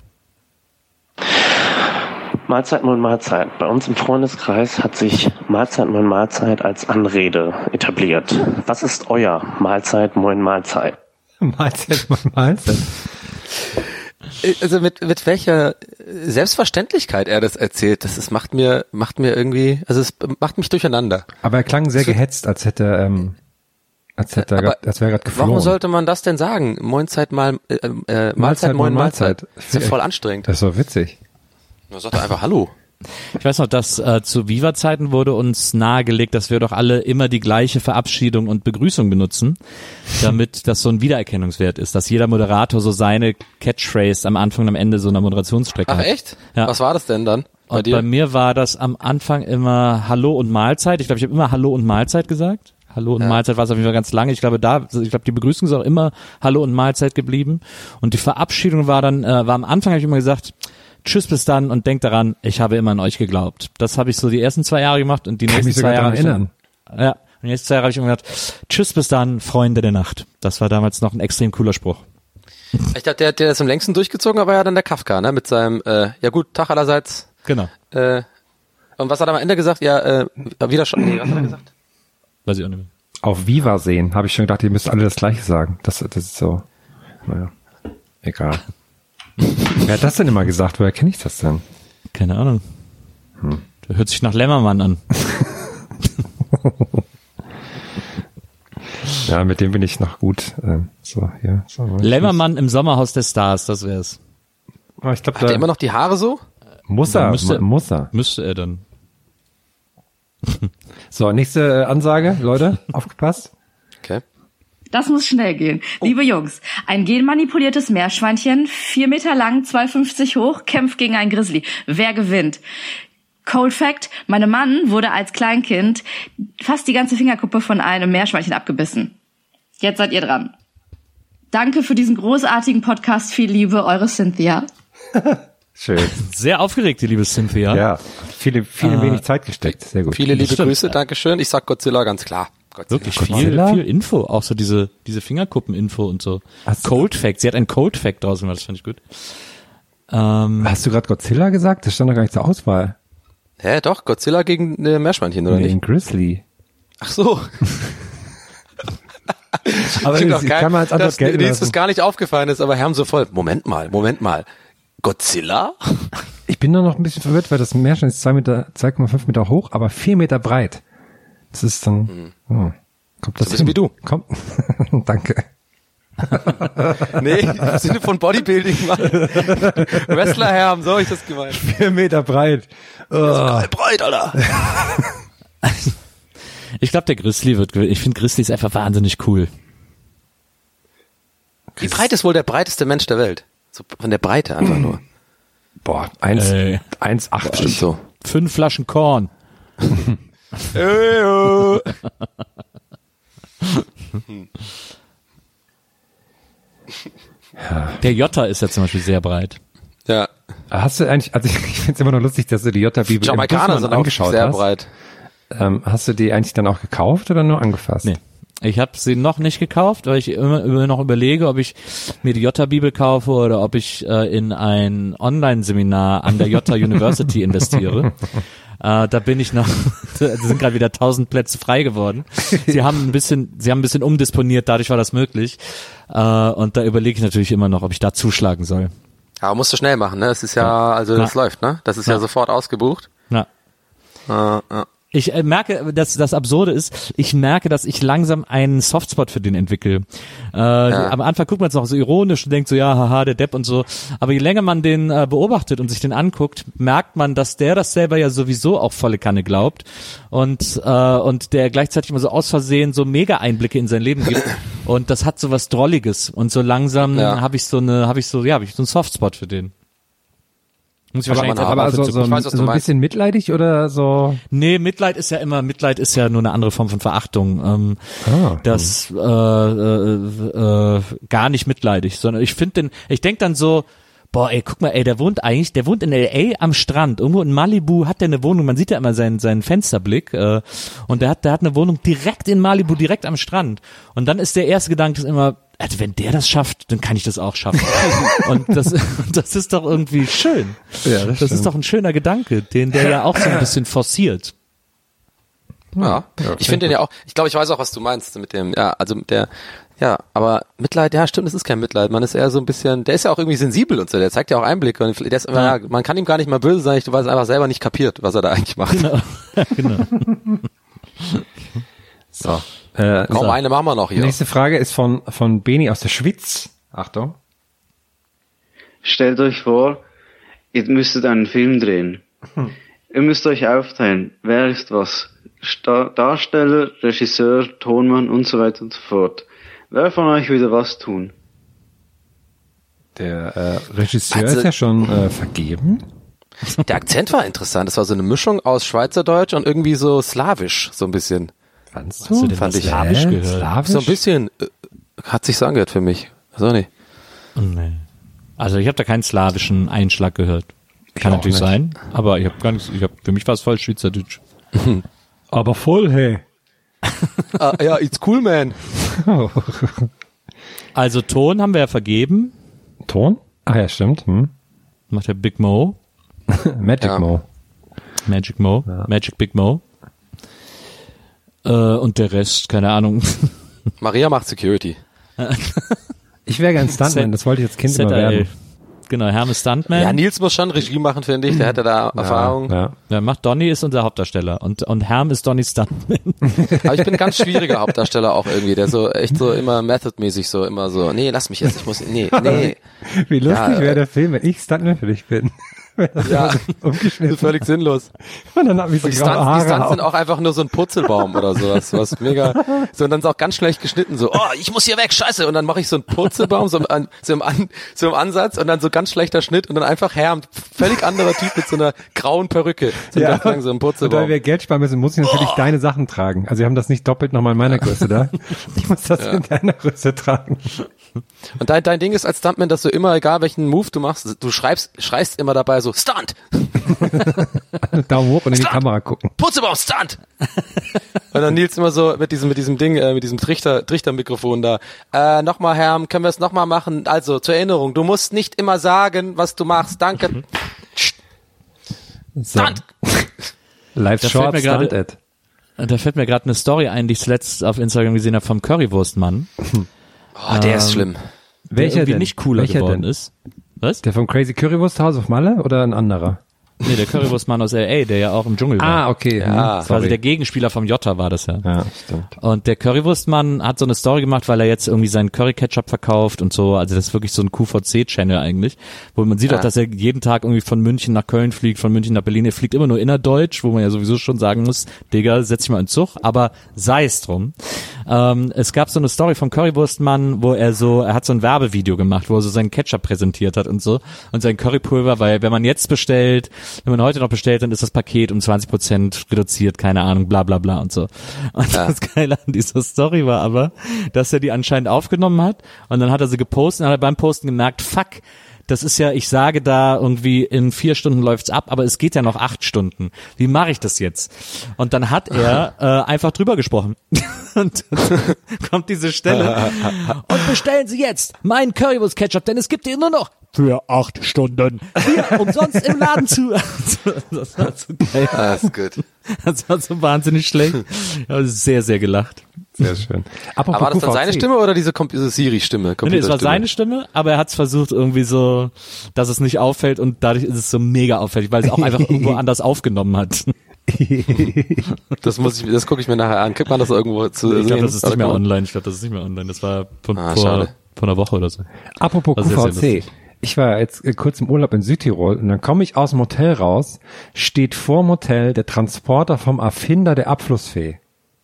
[SPEAKER 19] Mahlzeit, Moin, Mahlzeit. Bei uns im Freundeskreis hat sich Mahlzeit, Moin, Mahlzeit als Anrede etabliert. Was ist euer Mahlzeit, Moin, Mahlzeit?
[SPEAKER 8] Mahlzeit, Moin, Mahlzeit.
[SPEAKER 6] Also mit mit welcher Selbstverständlichkeit er das erzählt, das ist, macht mir macht mir irgendwie, also es macht mich durcheinander.
[SPEAKER 8] Aber er klang sehr gehetzt, als hätte er, ähm, als hätte er, grad, als wäre er gerade geflohen.
[SPEAKER 6] Warum sollte man das denn sagen? Moinzeit mal, äh, äh, Mahlzeit, Mahlzeit, Moin, Mahlzeit. Das ist ja voll anstrengend.
[SPEAKER 8] Das ist so witzig.
[SPEAKER 6] Man sagt einfach Hallo.
[SPEAKER 7] Ich weiß noch, dass äh, zu Viva-Zeiten wurde uns nahegelegt, dass wir doch alle immer die gleiche Verabschiedung und Begrüßung benutzen, damit das so ein Wiedererkennungswert ist, dass jeder Moderator so seine Catchphrase am Anfang und am Ende so einer Moderationsstrecke
[SPEAKER 6] Ach,
[SPEAKER 7] hat.
[SPEAKER 6] Ach echt?
[SPEAKER 7] Ja.
[SPEAKER 6] Was war das denn dann bei
[SPEAKER 7] und
[SPEAKER 6] dir?
[SPEAKER 7] Bei mir war das am Anfang immer Hallo und Mahlzeit. Ich glaube, ich habe immer Hallo und Mahlzeit gesagt. Hallo und ja. Mahlzeit war es auf jeden Fall ganz lange. Ich glaube, da, ich glaube, die Begrüßung ist auch immer Hallo und Mahlzeit geblieben. Und die Verabschiedung war dann, äh, war am Anfang, habe ich immer gesagt, Tschüss bis dann und denkt daran, ich habe immer an euch geglaubt. Das habe ich so die ersten zwei Jahre gemacht und die
[SPEAKER 8] Kann
[SPEAKER 7] nächsten zwei Jahre
[SPEAKER 8] daran erinnern.
[SPEAKER 7] Dann, ja, und die nächsten zwei Jahre habe ich immer gesagt, Tschüss bis dann, Freunde der Nacht. Das war damals noch ein extrem cooler Spruch.
[SPEAKER 6] Ich glaube, der, der das am längsten durchgezogen hat, war ja dann der Kafka, ne, mit seinem, äh, ja gut, Tag allerseits.
[SPEAKER 7] Genau.
[SPEAKER 6] Äh, und was hat er am Ende gesagt? Ja, äh, wieder schon, nee, was hat er gesagt?
[SPEAKER 7] Weiß ich auch nicht mehr.
[SPEAKER 8] Auf Viva sehen, habe ich schon gedacht, ihr müsst alle das Gleiche sagen. Das, das ist so, naja, egal. Wer hat das denn immer gesagt? Woher kenne ich das denn?
[SPEAKER 7] Keine Ahnung. Hm. Der hört sich nach Lämmermann an.
[SPEAKER 8] Ja, mit dem bin ich noch gut. Ähm, so, hier. So,
[SPEAKER 7] Lämmermann im Sommerhaus der Stars, das wär's.
[SPEAKER 8] Ich glaub,
[SPEAKER 6] hat er immer noch die Haare so?
[SPEAKER 8] Muss er,
[SPEAKER 7] müsste,
[SPEAKER 8] muss er.
[SPEAKER 7] Müsste er dann.
[SPEAKER 8] So, nächste Ansage, Leute, aufgepasst.
[SPEAKER 6] Okay.
[SPEAKER 20] Das muss schnell gehen. Oh. Liebe Jungs, ein genmanipuliertes Meerschweinchen, vier Meter lang, zwei fünfzig hoch, kämpft gegen einen Grizzly. Wer gewinnt? Cold Fact, mein Mann wurde als Kleinkind fast die ganze Fingerkuppe von einem Meerschweinchen abgebissen. Jetzt seid ihr dran. Danke für diesen großartigen Podcast. Viel Liebe, eure Cynthia.
[SPEAKER 8] Schön.
[SPEAKER 7] Sehr aufgeregt, die liebe Cynthia.
[SPEAKER 8] Ja, viele, viele äh, wenig Zeit gesteckt. Sehr gut.
[SPEAKER 6] Viele liebe Grüße, Dankeschön. Ich sag Godzilla ganz klar. Godzilla.
[SPEAKER 7] Wirklich viel, viel Info, auch so diese diese Fingerkuppen-Info und so.
[SPEAKER 8] Hast
[SPEAKER 7] Cold Fact, sie hat einen Cold Fact draus gemacht, das fand ich gut. Ähm,
[SPEAKER 8] Hast du gerade Godzilla gesagt? Das stand doch gar nicht zur Auswahl.
[SPEAKER 6] Hä, doch, Godzilla gegen äh, Meerschweinchen, oder
[SPEAKER 8] nee,
[SPEAKER 6] nicht?
[SPEAKER 8] Gegen Grizzly.
[SPEAKER 6] Ach so.
[SPEAKER 8] Aber
[SPEAKER 6] das
[SPEAKER 8] das kann man als Antwort
[SPEAKER 6] dass
[SPEAKER 8] gelten
[SPEAKER 6] dir
[SPEAKER 8] lassen.
[SPEAKER 6] das gar nicht aufgefallen ist, aber Herm so voll, Moment mal, Moment mal. Godzilla?
[SPEAKER 8] Ich bin nur noch ein bisschen verwirrt, weil das Meerschwein ist zwei Meter, zwei Komma fünf Meter hoch, aber vier Meter breit. Das ist dann, oh, kommt das
[SPEAKER 6] so ein bisschen wie du.
[SPEAKER 8] Kommt, danke.
[SPEAKER 6] Nee, im Sinne von Bodybuilding, Mann. Wrestler Herm, so hab ich das gemeint.
[SPEAKER 8] Vier Meter breit. Oh.
[SPEAKER 6] Das ist geil breit, Alter.
[SPEAKER 7] Ich glaube, der Grizzly wird gewinnen. Ich finde Grizzly ist einfach wahnsinnig cool.
[SPEAKER 6] Wie breit ist wohl der breiteste Mensch der Welt? So von der Breite einfach nur.
[SPEAKER 8] Boah, eins, äh, eins achtzig.
[SPEAKER 6] So.
[SPEAKER 7] Fünf Flaschen Korn. Der Jota ist ja zum Beispiel sehr breit.
[SPEAKER 6] Ja.
[SPEAKER 8] Hast du eigentlich, also ich finde es immer noch lustig, dass du die Jota-Bibel im
[SPEAKER 6] Jamaikaner sind
[SPEAKER 8] angeschaut
[SPEAKER 6] auch sehr
[SPEAKER 8] hast.
[SPEAKER 6] breit.
[SPEAKER 8] Ähm, hast du die eigentlich dann auch gekauft oder nur angefasst?
[SPEAKER 7] Nee. Ich habe sie noch nicht gekauft, weil ich immer, immer noch überlege, ob ich mir die Jota-Bibel kaufe oder ob ich äh, in ein Online-Seminar an der Jota University investiere. Äh, da bin ich noch, da sind gerade wieder tausend Plätze frei geworden. Sie haben ein bisschen, sie haben ein bisschen umdisponiert, dadurch war das möglich. Äh, und da überlege ich natürlich immer noch, ob ich da zuschlagen soll.
[SPEAKER 6] Aber musst du schnell machen, ne? Das ist ja, also das
[SPEAKER 7] Ja.
[SPEAKER 6] läuft, ne? Das ist
[SPEAKER 7] Ja.
[SPEAKER 6] ja sofort ausgebucht.
[SPEAKER 7] Ja.
[SPEAKER 6] Äh, ja.
[SPEAKER 7] Ich äh, merke, dass das Absurde ist, ich merke, dass ich langsam einen Softspot für den entwickle. Äh,
[SPEAKER 6] Ja.
[SPEAKER 7] Am Anfang guckt man es noch so ironisch und denkt so, ja, haha, der Depp und so. Aber je länger man den äh, beobachtet und sich den anguckt, merkt man, dass der das selber ja sowieso auch volle Kanne glaubt und äh, und der gleichzeitig immer so aus Versehen so mega Einblicke in sein Leben gibt. Und das hat so was Drolliges. Und so langsam
[SPEAKER 6] Ja.
[SPEAKER 7] habe ich so eine, habe ich so, ja, habe ich so einen Softspot für den. Muss ich
[SPEAKER 8] Aber,
[SPEAKER 7] wahrscheinlich
[SPEAKER 8] aber
[SPEAKER 7] jetzt
[SPEAKER 8] so,
[SPEAKER 7] auch
[SPEAKER 8] so,
[SPEAKER 7] ich weiß,
[SPEAKER 8] ein, so ein bisschen mitleidig oder so?
[SPEAKER 7] Nee, Mitleid ist ja immer, Mitleid ist ja nur eine andere Form von Verachtung. Ähm,
[SPEAKER 8] Ah,
[SPEAKER 7] das äh, äh, äh, gar nicht mitleidig, sondern ich finde den, ich denk dann so, boah, ey, guck mal, ey, der wohnt eigentlich, der wohnt in L A am Strand, irgendwo in Malibu hat der eine Wohnung, man sieht ja immer seinen, seinen Fensterblick, äh, und der hat, der hat eine Wohnung direkt in Malibu, direkt am Strand. Und dann ist der erste Gedanke ist immer, also wenn der das schafft, dann kann ich das auch schaffen. Und das, das ist doch irgendwie schön.
[SPEAKER 8] Ja, das
[SPEAKER 7] das
[SPEAKER 8] stimmt.
[SPEAKER 7] ist doch ein schöner Gedanke, den der ja auch so ein bisschen forciert.
[SPEAKER 6] Ja, ich finde den ja auch, ich glaube, ich weiß auch, was du meinst mit dem, ja, also mit der, ja, aber Mitleid, ja, stimmt, das ist kein Mitleid, man ist eher so ein bisschen, der ist ja auch irgendwie sensibel und so, der zeigt ja auch Einblicke und der ist immer, ja. Ja, man kann ihm gar nicht mal böse sein, weil es einfach selber nicht kapiert, was er da eigentlich macht.
[SPEAKER 7] Genau, genau.
[SPEAKER 8] So. Äh,
[SPEAKER 6] Kaum
[SPEAKER 8] so.
[SPEAKER 6] eine machen wir noch hier.
[SPEAKER 8] Nächste Frage ist von, von Beni aus der Schweiz. Achtung.
[SPEAKER 21] Stellt euch vor, ihr müsstet einen Film drehen.
[SPEAKER 8] Hm.
[SPEAKER 21] Ihr müsst euch aufteilen. Wer ist was? Sta- Darsteller, Regisseur, Tonmann und so weiter und so fort. Wer von euch würde was tun?
[SPEAKER 8] Der äh, Regisseur
[SPEAKER 6] Also-
[SPEAKER 8] ist ja schon äh, vergeben.
[SPEAKER 6] Der Akzent war interessant, das war so eine Mischung aus Schweizerdeutsch und irgendwie so slawisch, so ein bisschen.
[SPEAKER 8] Fandst
[SPEAKER 7] du? Hast du denn
[SPEAKER 6] Fand
[SPEAKER 7] das
[SPEAKER 6] ich.
[SPEAKER 7] Slawisch
[SPEAKER 8] Hä?
[SPEAKER 7] gehört?
[SPEAKER 8] Slawisch?
[SPEAKER 6] So ein bisschen, äh, hat sich so angehört für mich. Weiß auch nicht.
[SPEAKER 7] Nee. Also ich habe da keinen slawischen Einschlag gehört. Kann
[SPEAKER 8] auch
[SPEAKER 7] natürlich
[SPEAKER 8] nicht.
[SPEAKER 7] sein, aber ich habe gar nichts, ich hab, für mich war es voll Schweizerdeutsch.
[SPEAKER 8] Aber voll, hey.
[SPEAKER 6] Ah, ja, it's cool, man.
[SPEAKER 7] Also Ton haben wir ja vergeben.
[SPEAKER 8] Ton? Ach ja, stimmt. Hm.
[SPEAKER 7] Macht der Big Mo.
[SPEAKER 8] Magic
[SPEAKER 6] Ja.
[SPEAKER 8] Mo.
[SPEAKER 7] Magic Mo.
[SPEAKER 8] Ja.
[SPEAKER 7] Magic Big Mo. Äh, und der Rest, keine Ahnung.
[SPEAKER 6] Maria macht Security.
[SPEAKER 8] Ich wäre gern Stuntman,
[SPEAKER 7] Set-
[SPEAKER 8] das wollte ich als Kind
[SPEAKER 7] Z
[SPEAKER 8] immer
[SPEAKER 7] A L.
[SPEAKER 8] werden.
[SPEAKER 7] Genau, Hermes Stuntman.
[SPEAKER 6] Ja, Nils muss schon Regie machen, finde ich, der hätte da Erfahrung.
[SPEAKER 8] Ja.
[SPEAKER 7] Ja, macht Donny ist unser Hauptdarsteller und und Herm ist Donny Stuntman.
[SPEAKER 6] Aber ich bin ein ganz schwieriger Hauptdarsteller auch irgendwie, der so echt so immer Method-mäßig so immer so, nee, lass mich jetzt, ich muss, nee, nee.
[SPEAKER 8] Wie lustig
[SPEAKER 6] Ja,
[SPEAKER 8] wäre
[SPEAKER 6] äh,
[SPEAKER 8] der Film, wenn ich Stuntman für dich bin.
[SPEAKER 6] Ja,
[SPEAKER 8] Umgeschnitten.
[SPEAKER 6] völlig sinnlos.
[SPEAKER 8] Und dann hab ich so
[SPEAKER 6] Und die
[SPEAKER 8] graue
[SPEAKER 6] Stunts, die
[SPEAKER 8] Haare
[SPEAKER 6] Stunts sind
[SPEAKER 8] auf.
[SPEAKER 6] auch einfach nur so ein Purzelbaum oder sowas, was mega, so und dann ist auch ganz schlecht geschnitten, so, oh, ich muss hier weg, scheiße, und dann mache ich so einen Purzelbaum, so im, so, im An, so im Ansatz und dann so ganz schlechter Schnitt und dann einfach Herr, ein völlig anderer Typ mit so einer grauen Perücke, so
[SPEAKER 8] Ja.
[SPEAKER 6] ganz lang so ein
[SPEAKER 8] Und weil
[SPEAKER 6] Purzelbaum.
[SPEAKER 8] wir Geld sparen müssen, muss ich natürlich
[SPEAKER 6] Oh.
[SPEAKER 8] deine Sachen tragen. Also wir haben das nicht doppelt nochmal in meiner Größe da. Ich muss das
[SPEAKER 6] Ja.
[SPEAKER 8] in deiner Größe tragen.
[SPEAKER 6] Und dein, dein Ding ist als Stuntman, dass du immer, egal welchen Move du machst, du schreibst, schreist immer dabei so, Stunt!
[SPEAKER 8] Daumen hoch und in die
[SPEAKER 6] Stunt!
[SPEAKER 8] Kamera gucken.
[SPEAKER 6] Purzelbaum, Stunt! Und dann Nils immer so mit diesem, mit diesem Ding, äh, mit diesem Trichter, Trichtermikrofon da. Äh, nochmal, Herr, können wir es nochmal machen? Also, zur Erinnerung, du musst nicht immer sagen, was du machst. Danke.
[SPEAKER 8] So.
[SPEAKER 6] Stunt!
[SPEAKER 8] Live
[SPEAKER 7] Da
[SPEAKER 8] Short
[SPEAKER 7] fällt mir
[SPEAKER 8] Stunt
[SPEAKER 7] gerade-
[SPEAKER 8] Ad.
[SPEAKER 7] Da fällt mir gerade eine Story ein, die ich zuletzt auf Instagram gesehen habe vom Currywurstmann.
[SPEAKER 6] Oh, der ist schlimm.
[SPEAKER 7] Der
[SPEAKER 8] Welcher
[SPEAKER 7] irgendwie
[SPEAKER 8] denn?
[SPEAKER 7] nicht cooler
[SPEAKER 8] Welcher
[SPEAKER 7] geworden
[SPEAKER 8] denn?
[SPEAKER 7] ist. Was?
[SPEAKER 8] Der vom Crazy Currywurst House of Malle oder ein anderer?
[SPEAKER 7] Nee, der Currywurstmann aus L A, der ja auch im Dschungel war.
[SPEAKER 8] Ah, okay.
[SPEAKER 6] Ja,
[SPEAKER 8] hm,
[SPEAKER 7] Quasi
[SPEAKER 8] sorry.
[SPEAKER 7] der Gegenspieler vom Jota war das ja.
[SPEAKER 8] Ja, stimmt.
[SPEAKER 7] Und der Currywurstmann hat so eine Story gemacht, weil er jetzt irgendwie seinen Curry-Ketchup verkauft und so. Also das ist wirklich so ein Q V C-Channel eigentlich. Wo man sieht
[SPEAKER 6] Ja.
[SPEAKER 7] auch, dass er jeden Tag irgendwie von München nach Köln fliegt, von München nach Berlin. Er fliegt immer nur innerdeutsch, wo man ja sowieso schon sagen muss, Digga, setz dich mal in den Zug. Aber sei es drum. Ähm, es gab so eine Story vom Currywurstmann, wo er so, er hat so ein Werbevideo gemacht, wo er so seinen Ketchup präsentiert hat und so. Und sein Currypulver, weil wenn man jetzt bestellt, wenn man heute noch bestellt, dann ist das Paket um zwanzig Prozent reduziert, keine Ahnung, bla bla bla und so. Und
[SPEAKER 6] Ja.
[SPEAKER 7] das Geile an dieser Story war aber, dass er die anscheinend aufgenommen hat und dann hat er sie gepostet und hat er beim Posten gemerkt, fuck, das ist ja, ich sage da irgendwie in vier Stunden läuft's ab, aber es geht ja noch acht Stunden. Wie mache ich das jetzt? Und dann hat er äh, einfach drüber gesprochen. Und dann kommt diese Stelle. Und bestellen Sie jetzt meinen Currywurst Ketchup, denn es gibt ihn nur noch für acht Stunden hier umsonst im Laden zu. Das war so geil.
[SPEAKER 6] Ah, ist gut.
[SPEAKER 7] Das war so wahnsinnig schlecht. Ich habe sehr, sehr gelacht.
[SPEAKER 8] Sehr schön.
[SPEAKER 6] Aber war das dann seine Stimme oder diese, diese Siri-Stimme?
[SPEAKER 7] Nee, es war seine Stimme, aber er hat es versucht irgendwie so, dass es nicht auffällt und dadurch ist es so mega auffällig, weil es auch einfach irgendwo anders aufgenommen hat.
[SPEAKER 6] Das muss ich, das gucke ich mir nachher an. Kriegt man das irgendwo zu
[SPEAKER 7] nee,
[SPEAKER 6] sehen?
[SPEAKER 7] Ich glaube, das ist nicht mehr online. Ich glaube, das ist nicht mehr online. Das war von,
[SPEAKER 6] ah,
[SPEAKER 7] vor,
[SPEAKER 6] schade.
[SPEAKER 7] vor einer Woche oder so.
[SPEAKER 8] Apropos Q V C. Ich war jetzt kurz im Urlaub in Südtirol und dann komme ich aus dem Hotel raus, steht vorm Hotel der Transporter vom Erfinder der Abflussfee.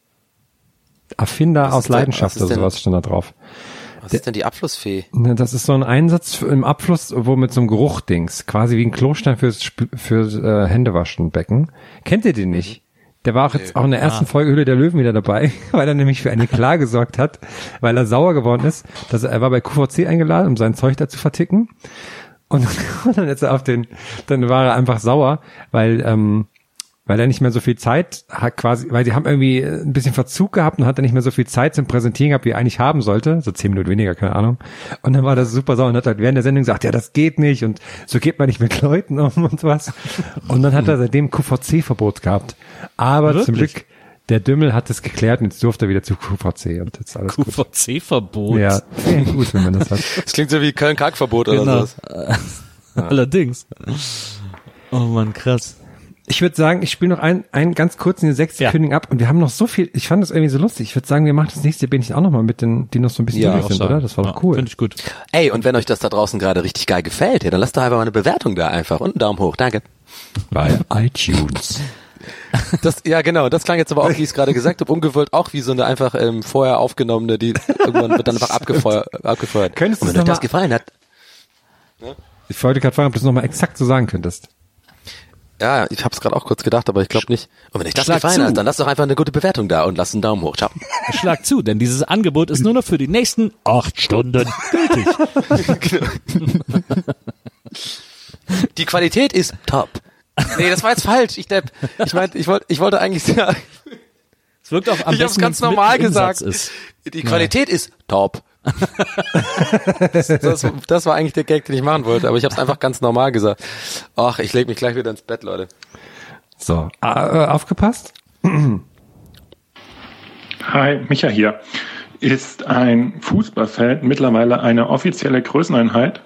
[SPEAKER 8] Erfinder aus Leidenschaft oder sowas stand da drauf.
[SPEAKER 6] Was ist denn die Abflussfee?
[SPEAKER 8] Das ist so ein Einsatz im Abfluss, wo mit so einem Geruchdings, quasi wie ein Klostein fürs, fürs äh, Händewaschenbecken. Kennt ihr den nicht? Der war auch jetzt auch in der ersten ah. Folge Höhle der Löwen wieder dabei, weil er nämlich für eine Klage gesorgt hat, weil er sauer geworden ist, dass er, er war bei Q V C eingeladen, um sein Zeug da zu verticken. Und, und dann ist er auf den, dann war er einfach sauer, weil, ähm, weil er nicht mehr so viel Zeit hat quasi, weil die haben irgendwie ein bisschen Verzug gehabt und hat er nicht mehr so viel Zeit zum Präsentieren gehabt, wie er eigentlich haben sollte. So zehn Minuten weniger, keine Ahnung. Und dann war das super sauer und hat halt während der Sendung gesagt, ja, das geht nicht und so geht man nicht mit Leuten um und was. Und dann hat er seitdem Q V C-Verbot gehabt. Aber Wirklich? Zum Glück, der Dümmel hat es geklärt und jetzt durfte er wieder zu Q V C und jetzt alles
[SPEAKER 7] Q V C-Verbot?
[SPEAKER 8] Ja, sehr gut, wenn man das hat.
[SPEAKER 6] Das klingt so wie Köln-Kalk-Verbot genau. oder sowas.
[SPEAKER 7] Ja. Allerdings. Oh man, krass.
[SPEAKER 8] Ich würde sagen, ich spiele noch einen, einen ganz kurzen, den sechssekündigen ja. ab und wir haben noch so viel, ich fand das irgendwie so lustig. Ich würde sagen, wir machen das nächste Bähnchen auch nochmal mit den, die noch so ein bisschen
[SPEAKER 6] ja,
[SPEAKER 8] übrig sind, oder? Das war
[SPEAKER 7] ja,
[SPEAKER 8] doch cool.
[SPEAKER 7] Finde ich gut.
[SPEAKER 6] Ey, und wenn euch das da draußen gerade richtig geil gefällt, ja, dann lasst doch einfach mal eine Bewertung da einfach und einen Daumen hoch. Danke.
[SPEAKER 8] Bei iTunes.
[SPEAKER 6] Das, ja, genau, das klang jetzt aber auch, wie ich es gerade gesagt habe, ungewollt auch wie so eine einfach ähm, vorher aufgenommene, die irgendwann wird dann einfach abgefeuert. abgefeuert.
[SPEAKER 8] Könntest
[SPEAKER 6] und wenn euch das gefallen hat.
[SPEAKER 8] Ne? Ich wollte gerade fragen, ob du es nochmal exakt so sagen könntest.
[SPEAKER 6] Ja, ich habe es gerade auch kurz gedacht, aber ich glaube nicht. Und wenn euch das
[SPEAKER 7] Schlag
[SPEAKER 6] gefallen
[SPEAKER 7] zu.
[SPEAKER 6] hat, dann lasst doch einfach eine gute Bewertung da und lasst einen Daumen hoch. Ciao.
[SPEAKER 7] Schlag zu, denn dieses Angebot ist nur noch für die nächsten acht Stunden gültig.
[SPEAKER 6] Die Qualität ist top. Nee, das war jetzt falsch. Ich depp. Ich meinte, ich wollte, ich wollte eigentlich sagen.
[SPEAKER 7] Es wirkt auch am
[SPEAKER 6] ich
[SPEAKER 7] besten,
[SPEAKER 6] hab's ganz normal gesagt.
[SPEAKER 7] Ist.
[SPEAKER 6] Die Qualität Nein. ist top. das, das, das war eigentlich der Gag, den ich machen wollte, aber ich habe es einfach ganz normal gesagt. Ach, ich leg mich gleich wieder ins Bett, Leute.
[SPEAKER 8] So, äh, aufgepasst?
[SPEAKER 1] Hi, Micha hier. Ist ein Fußballfeld mittlerweile eine offizielle Größeneinheit?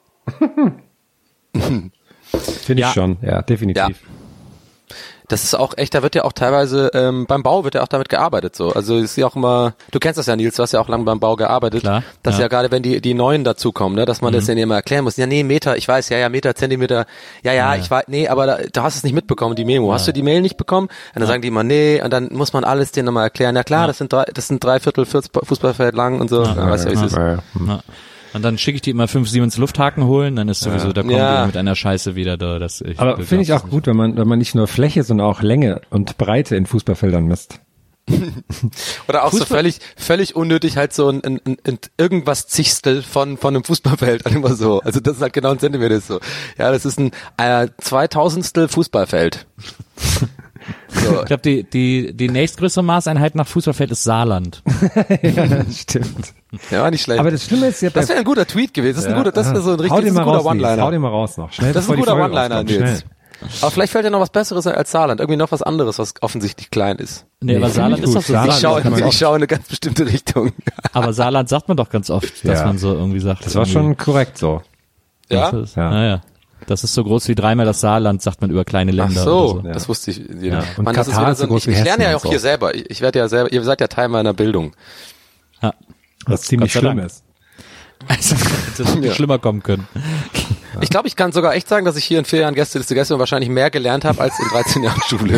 [SPEAKER 8] Finde ich
[SPEAKER 6] ja.
[SPEAKER 8] schon, ja, definitiv.
[SPEAKER 6] Ja. Das ist auch echt, da wird ja auch teilweise, ähm, beim Bau wird ja auch damit gearbeitet, so. Also ist ja auch immer, du kennst das ja, Nils, du hast ja auch lange beim Bau gearbeitet.
[SPEAKER 7] Klar,
[SPEAKER 6] dass ja,
[SPEAKER 7] ja
[SPEAKER 6] gerade, wenn die, die Neuen dazukommen, ne, dass man mhm. das ja immer erklären muss. Ja, nee, Meter, ich weiß, ja, ja, Meter, Zentimeter, ja, ja, ja. ich weiß, nee, aber da, da hast du es nicht mitbekommen, die Memo. Ja. Hast du die Mail nicht bekommen? Und dann ja. sagen die immer, nee, und dann muss man alles denen nochmal erklären. Ja klar, ja. das sind drei, das sind drei Viertel Fußballfeld lang und so. Ja, ja, weißt ja, wie es ist.
[SPEAKER 8] Ja.
[SPEAKER 7] Ja. Und dann schicke ich die immer fünf Siemens Lufthaken holen, dann ist sowieso, ja. da kommen ja. die mit einer Scheiße wieder da. Dass ich
[SPEAKER 8] Aber finde ich auch gut, wenn man, wenn man nicht nur Fläche, sondern auch Länge und Breite in Fußballfeldern misst.
[SPEAKER 6] Oder auch
[SPEAKER 7] Fußball
[SPEAKER 6] so völlig, völlig unnötig halt so ein, ein, ein, ein irgendwas Zichstel von, von einem Fußballfeld, halt immer so. Also das ist halt genau ein Zentimeter ist so. Ja, das ist ein, äh, zweitausendstel Fußballfeld.
[SPEAKER 7] So. Ich glaube, die, die, die nächstgrößere Maßeinheit nach Fußballfeld ist Saarland.
[SPEAKER 8] Ja, stimmt.
[SPEAKER 6] Ja, nicht schlecht.
[SPEAKER 8] Aber das Schlimme ist ja,
[SPEAKER 6] das wäre ein guter Tweet gewesen. Das ist ein guter, das wäre so ein
[SPEAKER 8] Hau
[SPEAKER 6] richtig
[SPEAKER 8] mal
[SPEAKER 6] guter
[SPEAKER 8] raus,
[SPEAKER 6] One-Liner.
[SPEAKER 8] Hau den mal raus noch. Schnell,
[SPEAKER 6] das ist ein guter One-Liner, Nils. Aber vielleicht fällt ja noch was Besseres als Saarland. Irgendwie noch was anderes, was offensichtlich klein ist.
[SPEAKER 7] Nee, aber Saarland ist doch so.
[SPEAKER 6] Ich schaue, ich schaue in eine ganz bestimmte Richtung.
[SPEAKER 7] Aber Saarland sagt man doch ganz oft, dass ja. man so irgendwie sagt.
[SPEAKER 8] Das war schon korrekt so.
[SPEAKER 6] Ja?
[SPEAKER 7] Ist, ja. Naja. Das ist so groß wie dreimal das Saarland, sagt man über kleine Länder.
[SPEAKER 6] Ach so,
[SPEAKER 7] so.
[SPEAKER 6] Ja. Das wusste ich.
[SPEAKER 8] Ja. Und
[SPEAKER 6] man, das ist so, so ich, ich lerne ja auch hier selber. Ich, ich werde ja selber, ihr seid ja Teil meiner Bildung.
[SPEAKER 7] Ja.
[SPEAKER 8] Was ziemlich schlimm ist.
[SPEAKER 7] Also, das hätte ja. schlimmer kommen können.
[SPEAKER 6] Ich glaube, ich kann sogar echt sagen, dass ich hier in vier Jahren Gästeliste Gäste wahrscheinlich mehr gelernt habe als in dreizehn Jahren Schule.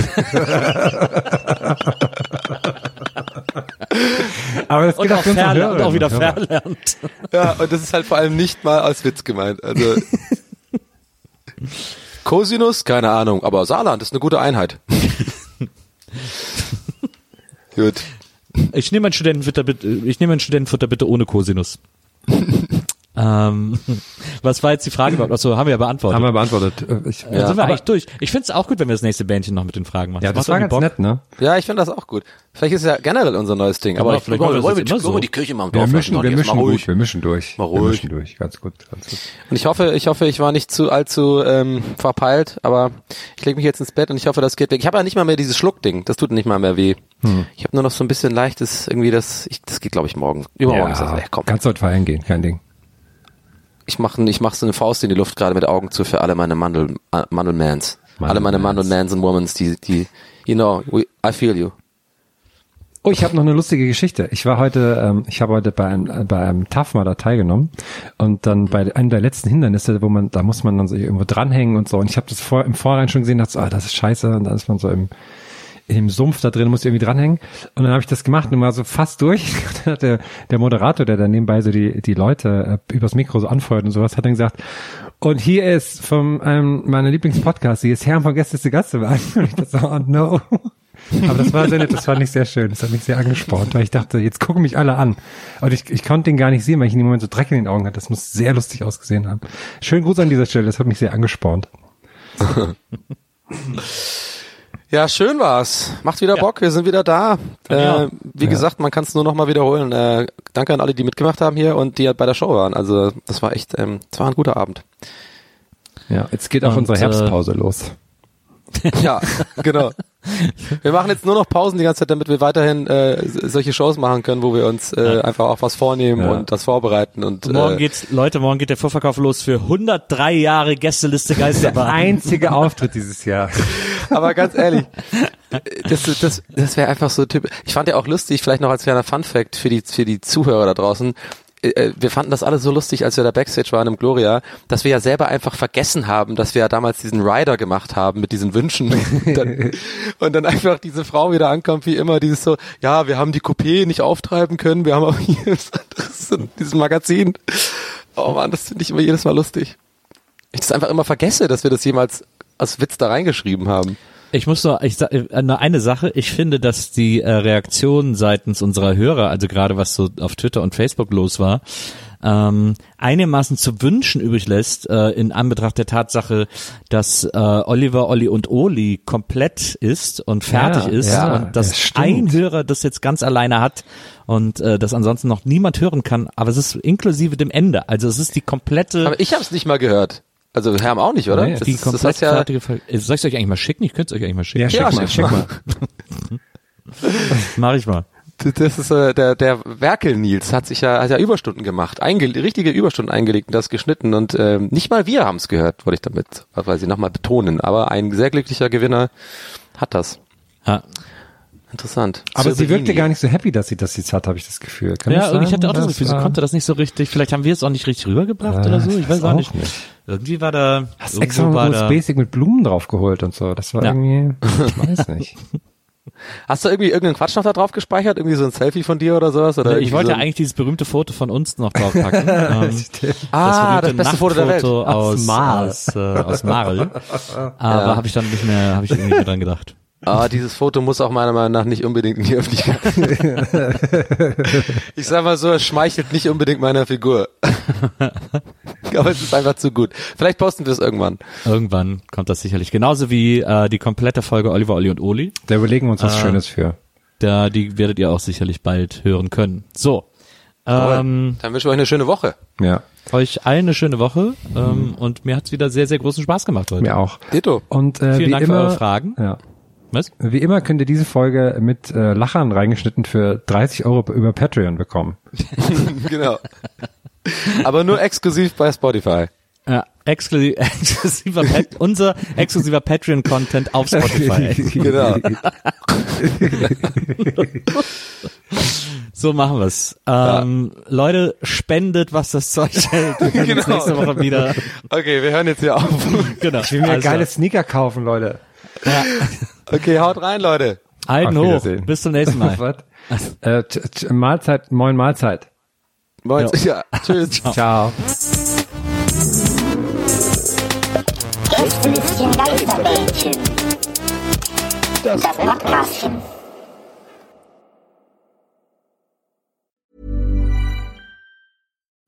[SPEAKER 8] Aber das geht
[SPEAKER 7] und, auch
[SPEAKER 8] verlernt,
[SPEAKER 7] und auch wieder verlernt.
[SPEAKER 6] Ja, und das ist halt vor allem nicht mal als Witz gemeint. Also Cosinus, keine Ahnung, aber Saarland ist eine gute Einheit. Gut.
[SPEAKER 7] Ich nehme ein Studentenfutter bitte, ich nehme ein Studentenfutter bitte ohne Cosinus. ähm, Was war jetzt die Frage überhaupt? Achso, haben wir ja beantwortet.
[SPEAKER 8] Haben wir beantwortet. Ich,
[SPEAKER 7] Dann ja. sind wir eigentlich durch. Ich finde es auch gut, wenn wir das nächste Bändchen noch mit den Fragen machen.
[SPEAKER 8] Ja, das, das war ganz Bock. nett, ne?
[SPEAKER 6] Ja, ich finde das auch gut. Vielleicht ist es ja generell unser neues Ding. Aber, aber vielleicht wollen wir, wollen wir, so. die Kirche mal im Dorf
[SPEAKER 8] wir mischen, wir mischen
[SPEAKER 6] mal ruhig.
[SPEAKER 8] Gut, wir mischen durch.
[SPEAKER 6] Mal ruhig.
[SPEAKER 8] Wir mischen durch. Ganz gut, ganz gut.
[SPEAKER 6] Und ich hoffe, ich hoffe, ich war nicht zu allzu ähm, verpeilt, aber ich lege mich jetzt ins Bett und ich hoffe, das geht weg. Ich habe ja nicht mal mehr dieses Schluckding. Das tut nicht mal mehr weh. Hm. Ich habe nur noch so ein bisschen leichtes, irgendwie das, ich, das geht glaube ich morgen. Übermorgen
[SPEAKER 8] ja,
[SPEAKER 6] ist das weg. Komm.
[SPEAKER 8] Kannst du heute feiern gehen, kein Ding.
[SPEAKER 6] Ich mache ich mach so eine Faust in die Luft gerade mit Augen zu für alle meine Mandel, Mandelmans. Mandel alle meine Mandelmans und Womans, die, die, you know, we, I feel you.
[SPEAKER 8] Oh, ich habe noch eine lustige Geschichte. Ich war heute, ähm, ich habe heute bei einem, bei einem T A F mal da teilgenommen und dann bei einem der letzten Hindernisse, wo man, da muss man dann so irgendwo dranhängen und so. Und ich habe das vor, im Vorrein schon gesehen, dachte so, ah, das ist scheiße. Und dann ist man so im, im Sumpf da drin, muss irgendwie dranhängen. Und dann habe ich das gemacht und war so fast durch. Und dann hat der, der Moderator, der dann nebenbei so die, die Leute äh, übers Mikro so anfeuert und sowas, hat dann gesagt, und hier ist von einem meiner Lieblingspodcasts, hier ist Herrn von Gästeliste Geisterbahn. Und ich dachte so, oh no. Aber das war sehr nett, das fand ich sehr schön, das hat mich sehr angespornt, weil ich dachte, jetzt gucken mich alle an. Und ich, ich konnte den gar nicht sehen, weil ich in dem Moment so Dreck in den Augen hatte. Das muss sehr lustig ausgesehen haben. Schönen Gruß an dieser Stelle, das hat mich sehr angespornt.
[SPEAKER 6] Ja, schön war's. Macht wieder ja. Bock, wir sind wieder da. Äh, wie ja. gesagt, man kann es nur noch mal wiederholen. Äh, danke an alle, die mitgemacht haben hier und die halt bei der Show waren. Also das war echt, ähm, das war ein guter Abend.
[SPEAKER 8] Ja, jetzt geht auch und, unsere Herbstpause äh, los.
[SPEAKER 6] Ja, genau. Wir machen jetzt nur noch Pausen die ganze Zeit, damit wir weiterhin äh, solche Shows machen können, wo wir uns äh, ja. einfach auch was vornehmen ja. und das vorbereiten. Und
[SPEAKER 7] morgen
[SPEAKER 6] äh,
[SPEAKER 7] geht's, Leute, morgen geht der Vorverkauf los für hundertdrei Jahre Gästeliste Geisterbahn.
[SPEAKER 8] Der einzige Auftritt dieses Jahr.
[SPEAKER 6] Aber ganz ehrlich, das, das, das wäre einfach so typisch. Ich fand ja auch lustig, vielleicht noch als kleiner Funfact für die für die Zuhörer da draußen. Wir fanden das alle so lustig, als wir da Backstage waren im Gloria, dass wir ja selber einfach vergessen haben, dass wir ja damals diesen Rider gemacht haben mit diesen Wünschen. Und dann, und dann einfach diese Frau wieder ankommt, wie immer, dieses so, ja, wir haben die Coupé nicht auftreiben können, wir haben auch hier das, dieses Magazin. Oh man, das finde ich immer jedes Mal lustig. Ich das einfach immer vergesse, dass wir das jemals als Witz da reingeschrieben haben.
[SPEAKER 7] Ich muss nur, ich sag, nur eine Sache, ich finde, dass die äh, Reaktionen seitens unserer Hörer, also gerade was so auf Twitter und Facebook los war, ähm, einigermaßen zu wünschen übrig lässt, äh, in Anbetracht der Tatsache, dass äh, Oliver, Olli und Oli komplett ist und fertig
[SPEAKER 8] ja,
[SPEAKER 7] ist
[SPEAKER 8] ja,
[SPEAKER 7] und dass
[SPEAKER 8] ja,
[SPEAKER 7] ein Hörer das jetzt ganz alleine hat und äh, das ansonsten noch niemand hören kann, aber es ist inklusive dem Ende, also es ist die komplette...
[SPEAKER 6] Aber ich habe es nicht mal gehört. Also Herm auch nicht, oder?
[SPEAKER 7] Nee, das, die komplett das heißt ja fertige Ver- Soll ich euch eigentlich mal schicken? Ich könnte es euch eigentlich mal schicken.
[SPEAKER 8] Ja, schick
[SPEAKER 6] ja,
[SPEAKER 8] mal, schick mal.
[SPEAKER 7] Mach ich mal.
[SPEAKER 6] Das ist äh, der der Werkel Nils hat sich ja hat ja Überstunden gemacht, einge- richtige Überstunden eingelegt und das geschnitten und ähm, nicht mal wir haben es gehört, wollte ich damit, weil sie nochmal betonen. Aber ein sehr glücklicher Gewinner hat das.
[SPEAKER 7] Ja.
[SPEAKER 6] Interessant.
[SPEAKER 8] Aber sie wirkte gar nicht so happy, dass sie das jetzt hat, habe ich das Gefühl. Kann
[SPEAKER 7] ja, und ich hatte auch das Gefühl, sie konnte das nicht so richtig, vielleicht haben wir es auch nicht richtig rübergebracht ja, oder so, ich weiß auch nicht. nicht. Irgendwie war da...
[SPEAKER 8] Hast extra mal U S B-Stick mit Blumen draufgeholt und so, das war ja. irgendwie, ich weiß nicht.
[SPEAKER 6] Hast du irgendwie irgendeinen Quatsch noch da drauf gespeichert? Irgendwie so ein Selfie von dir oder sowas? Oder
[SPEAKER 7] ich wollte
[SPEAKER 6] so
[SPEAKER 7] eigentlich dieses berühmte Foto von uns noch draufpacken. ähm,
[SPEAKER 6] ah, das, das beste Foto der Welt.
[SPEAKER 7] Aus Mars. Aus, äh, aus Marl. Aber ja. habe ich dann nicht mehr, habe ich irgendwie nicht dran gedacht.
[SPEAKER 6] Ah, dieses Foto muss auch meiner Meinung nach nicht unbedingt in die Öffentlichkeit. Ich sag mal so, es schmeichelt nicht unbedingt meiner Figur. Aber es ist einfach zu gut. Vielleicht posten wir es irgendwann.
[SPEAKER 7] Irgendwann kommt das sicherlich. Genauso wie äh, die komplette Folge Oliver, Olli und Oli.
[SPEAKER 8] Da überlegen wir uns was äh, Schönes für.
[SPEAKER 7] Da, die werdet ihr auch sicherlich bald hören können. So. Ähm,
[SPEAKER 6] Dann wünsche ich euch eine schöne Woche.
[SPEAKER 8] Ja.
[SPEAKER 7] Euch allen eine schöne Woche. Ähm, mhm. Und mir hat's wieder sehr, sehr großen Spaß gemacht heute.
[SPEAKER 8] Mir auch.
[SPEAKER 6] Ditto.
[SPEAKER 8] Und äh,
[SPEAKER 7] vielen
[SPEAKER 8] wie
[SPEAKER 7] Dank
[SPEAKER 8] immer,
[SPEAKER 7] für eure Fragen.
[SPEAKER 8] Ja.
[SPEAKER 7] Was?
[SPEAKER 8] Wie immer könnt ihr diese Folge mit äh, Lachern reingeschnitten für dreißig Euro über Patreon bekommen.
[SPEAKER 6] Genau. Aber nur exklusiv bei Spotify.
[SPEAKER 7] Ja, exklusiv, exklusiver Pat- unser exklusiver Patreon-Content auf Spotify.
[SPEAKER 6] Genau.
[SPEAKER 7] So machen wir's. Ähm, ja. Leute, spendet, was das Zeug hält. Wir können
[SPEAKER 6] genau.
[SPEAKER 7] uns nächste Woche wieder.
[SPEAKER 6] Okay, wir hören jetzt hier auf.
[SPEAKER 7] Genau.
[SPEAKER 8] Ich will mir also. geile Sneaker kaufen, Leute.
[SPEAKER 7] Ja.
[SPEAKER 6] Okay, haut rein, Leute.
[SPEAKER 7] Alten hoch. Bis zum nächsten Mal.
[SPEAKER 8] äh, t- t- Mahlzeit, moin Mahlzeit.
[SPEAKER 6] Moin, ja. Tschüss.
[SPEAKER 8] Ciao. Ciao.
[SPEAKER 5] Gästelistchen Geisterbällchen. Das Podcastchen.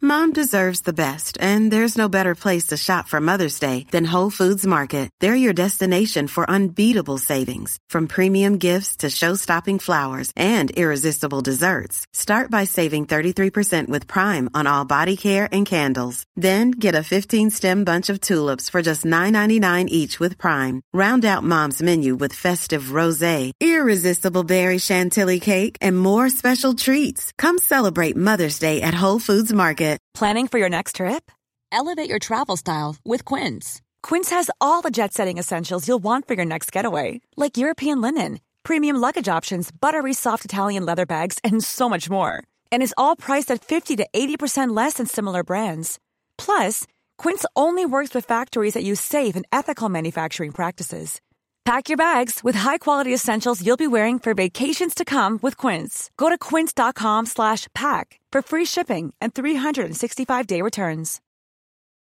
[SPEAKER 3] Mom deserves the best, and there's no better place to shop for Mother's Day than Whole Foods Market. They're your destination for unbeatable savings, from premium gifts to show-stopping flowers and irresistible desserts. Start by saving thirty-three percent with Prime on all body care and candles. Then get a fifteen-stem bunch of tulips for just nine ninety-nine each with Prime. Round out Mom's menu with festive rosé, irresistible berry chantilly cake, and more special treats. Come celebrate Mother's Day at Whole Foods Market.
[SPEAKER 22] Planning for your next trip? Elevate your travel style with Quince. Quince has all the jet-setting essentials you'll want for your next getaway, like European linen, premium luggage options, buttery soft Italian leather bags, and so much more. And is all priced at fifty to eighty percent less than similar brands. Plus, Quince only works with factories that use safe and ethical manufacturing practices. Pack your bags with high-quality essentials you'll be wearing for vacations to come with Quince. Go to quince.com slash pack for free shipping and three sixty-five day returns.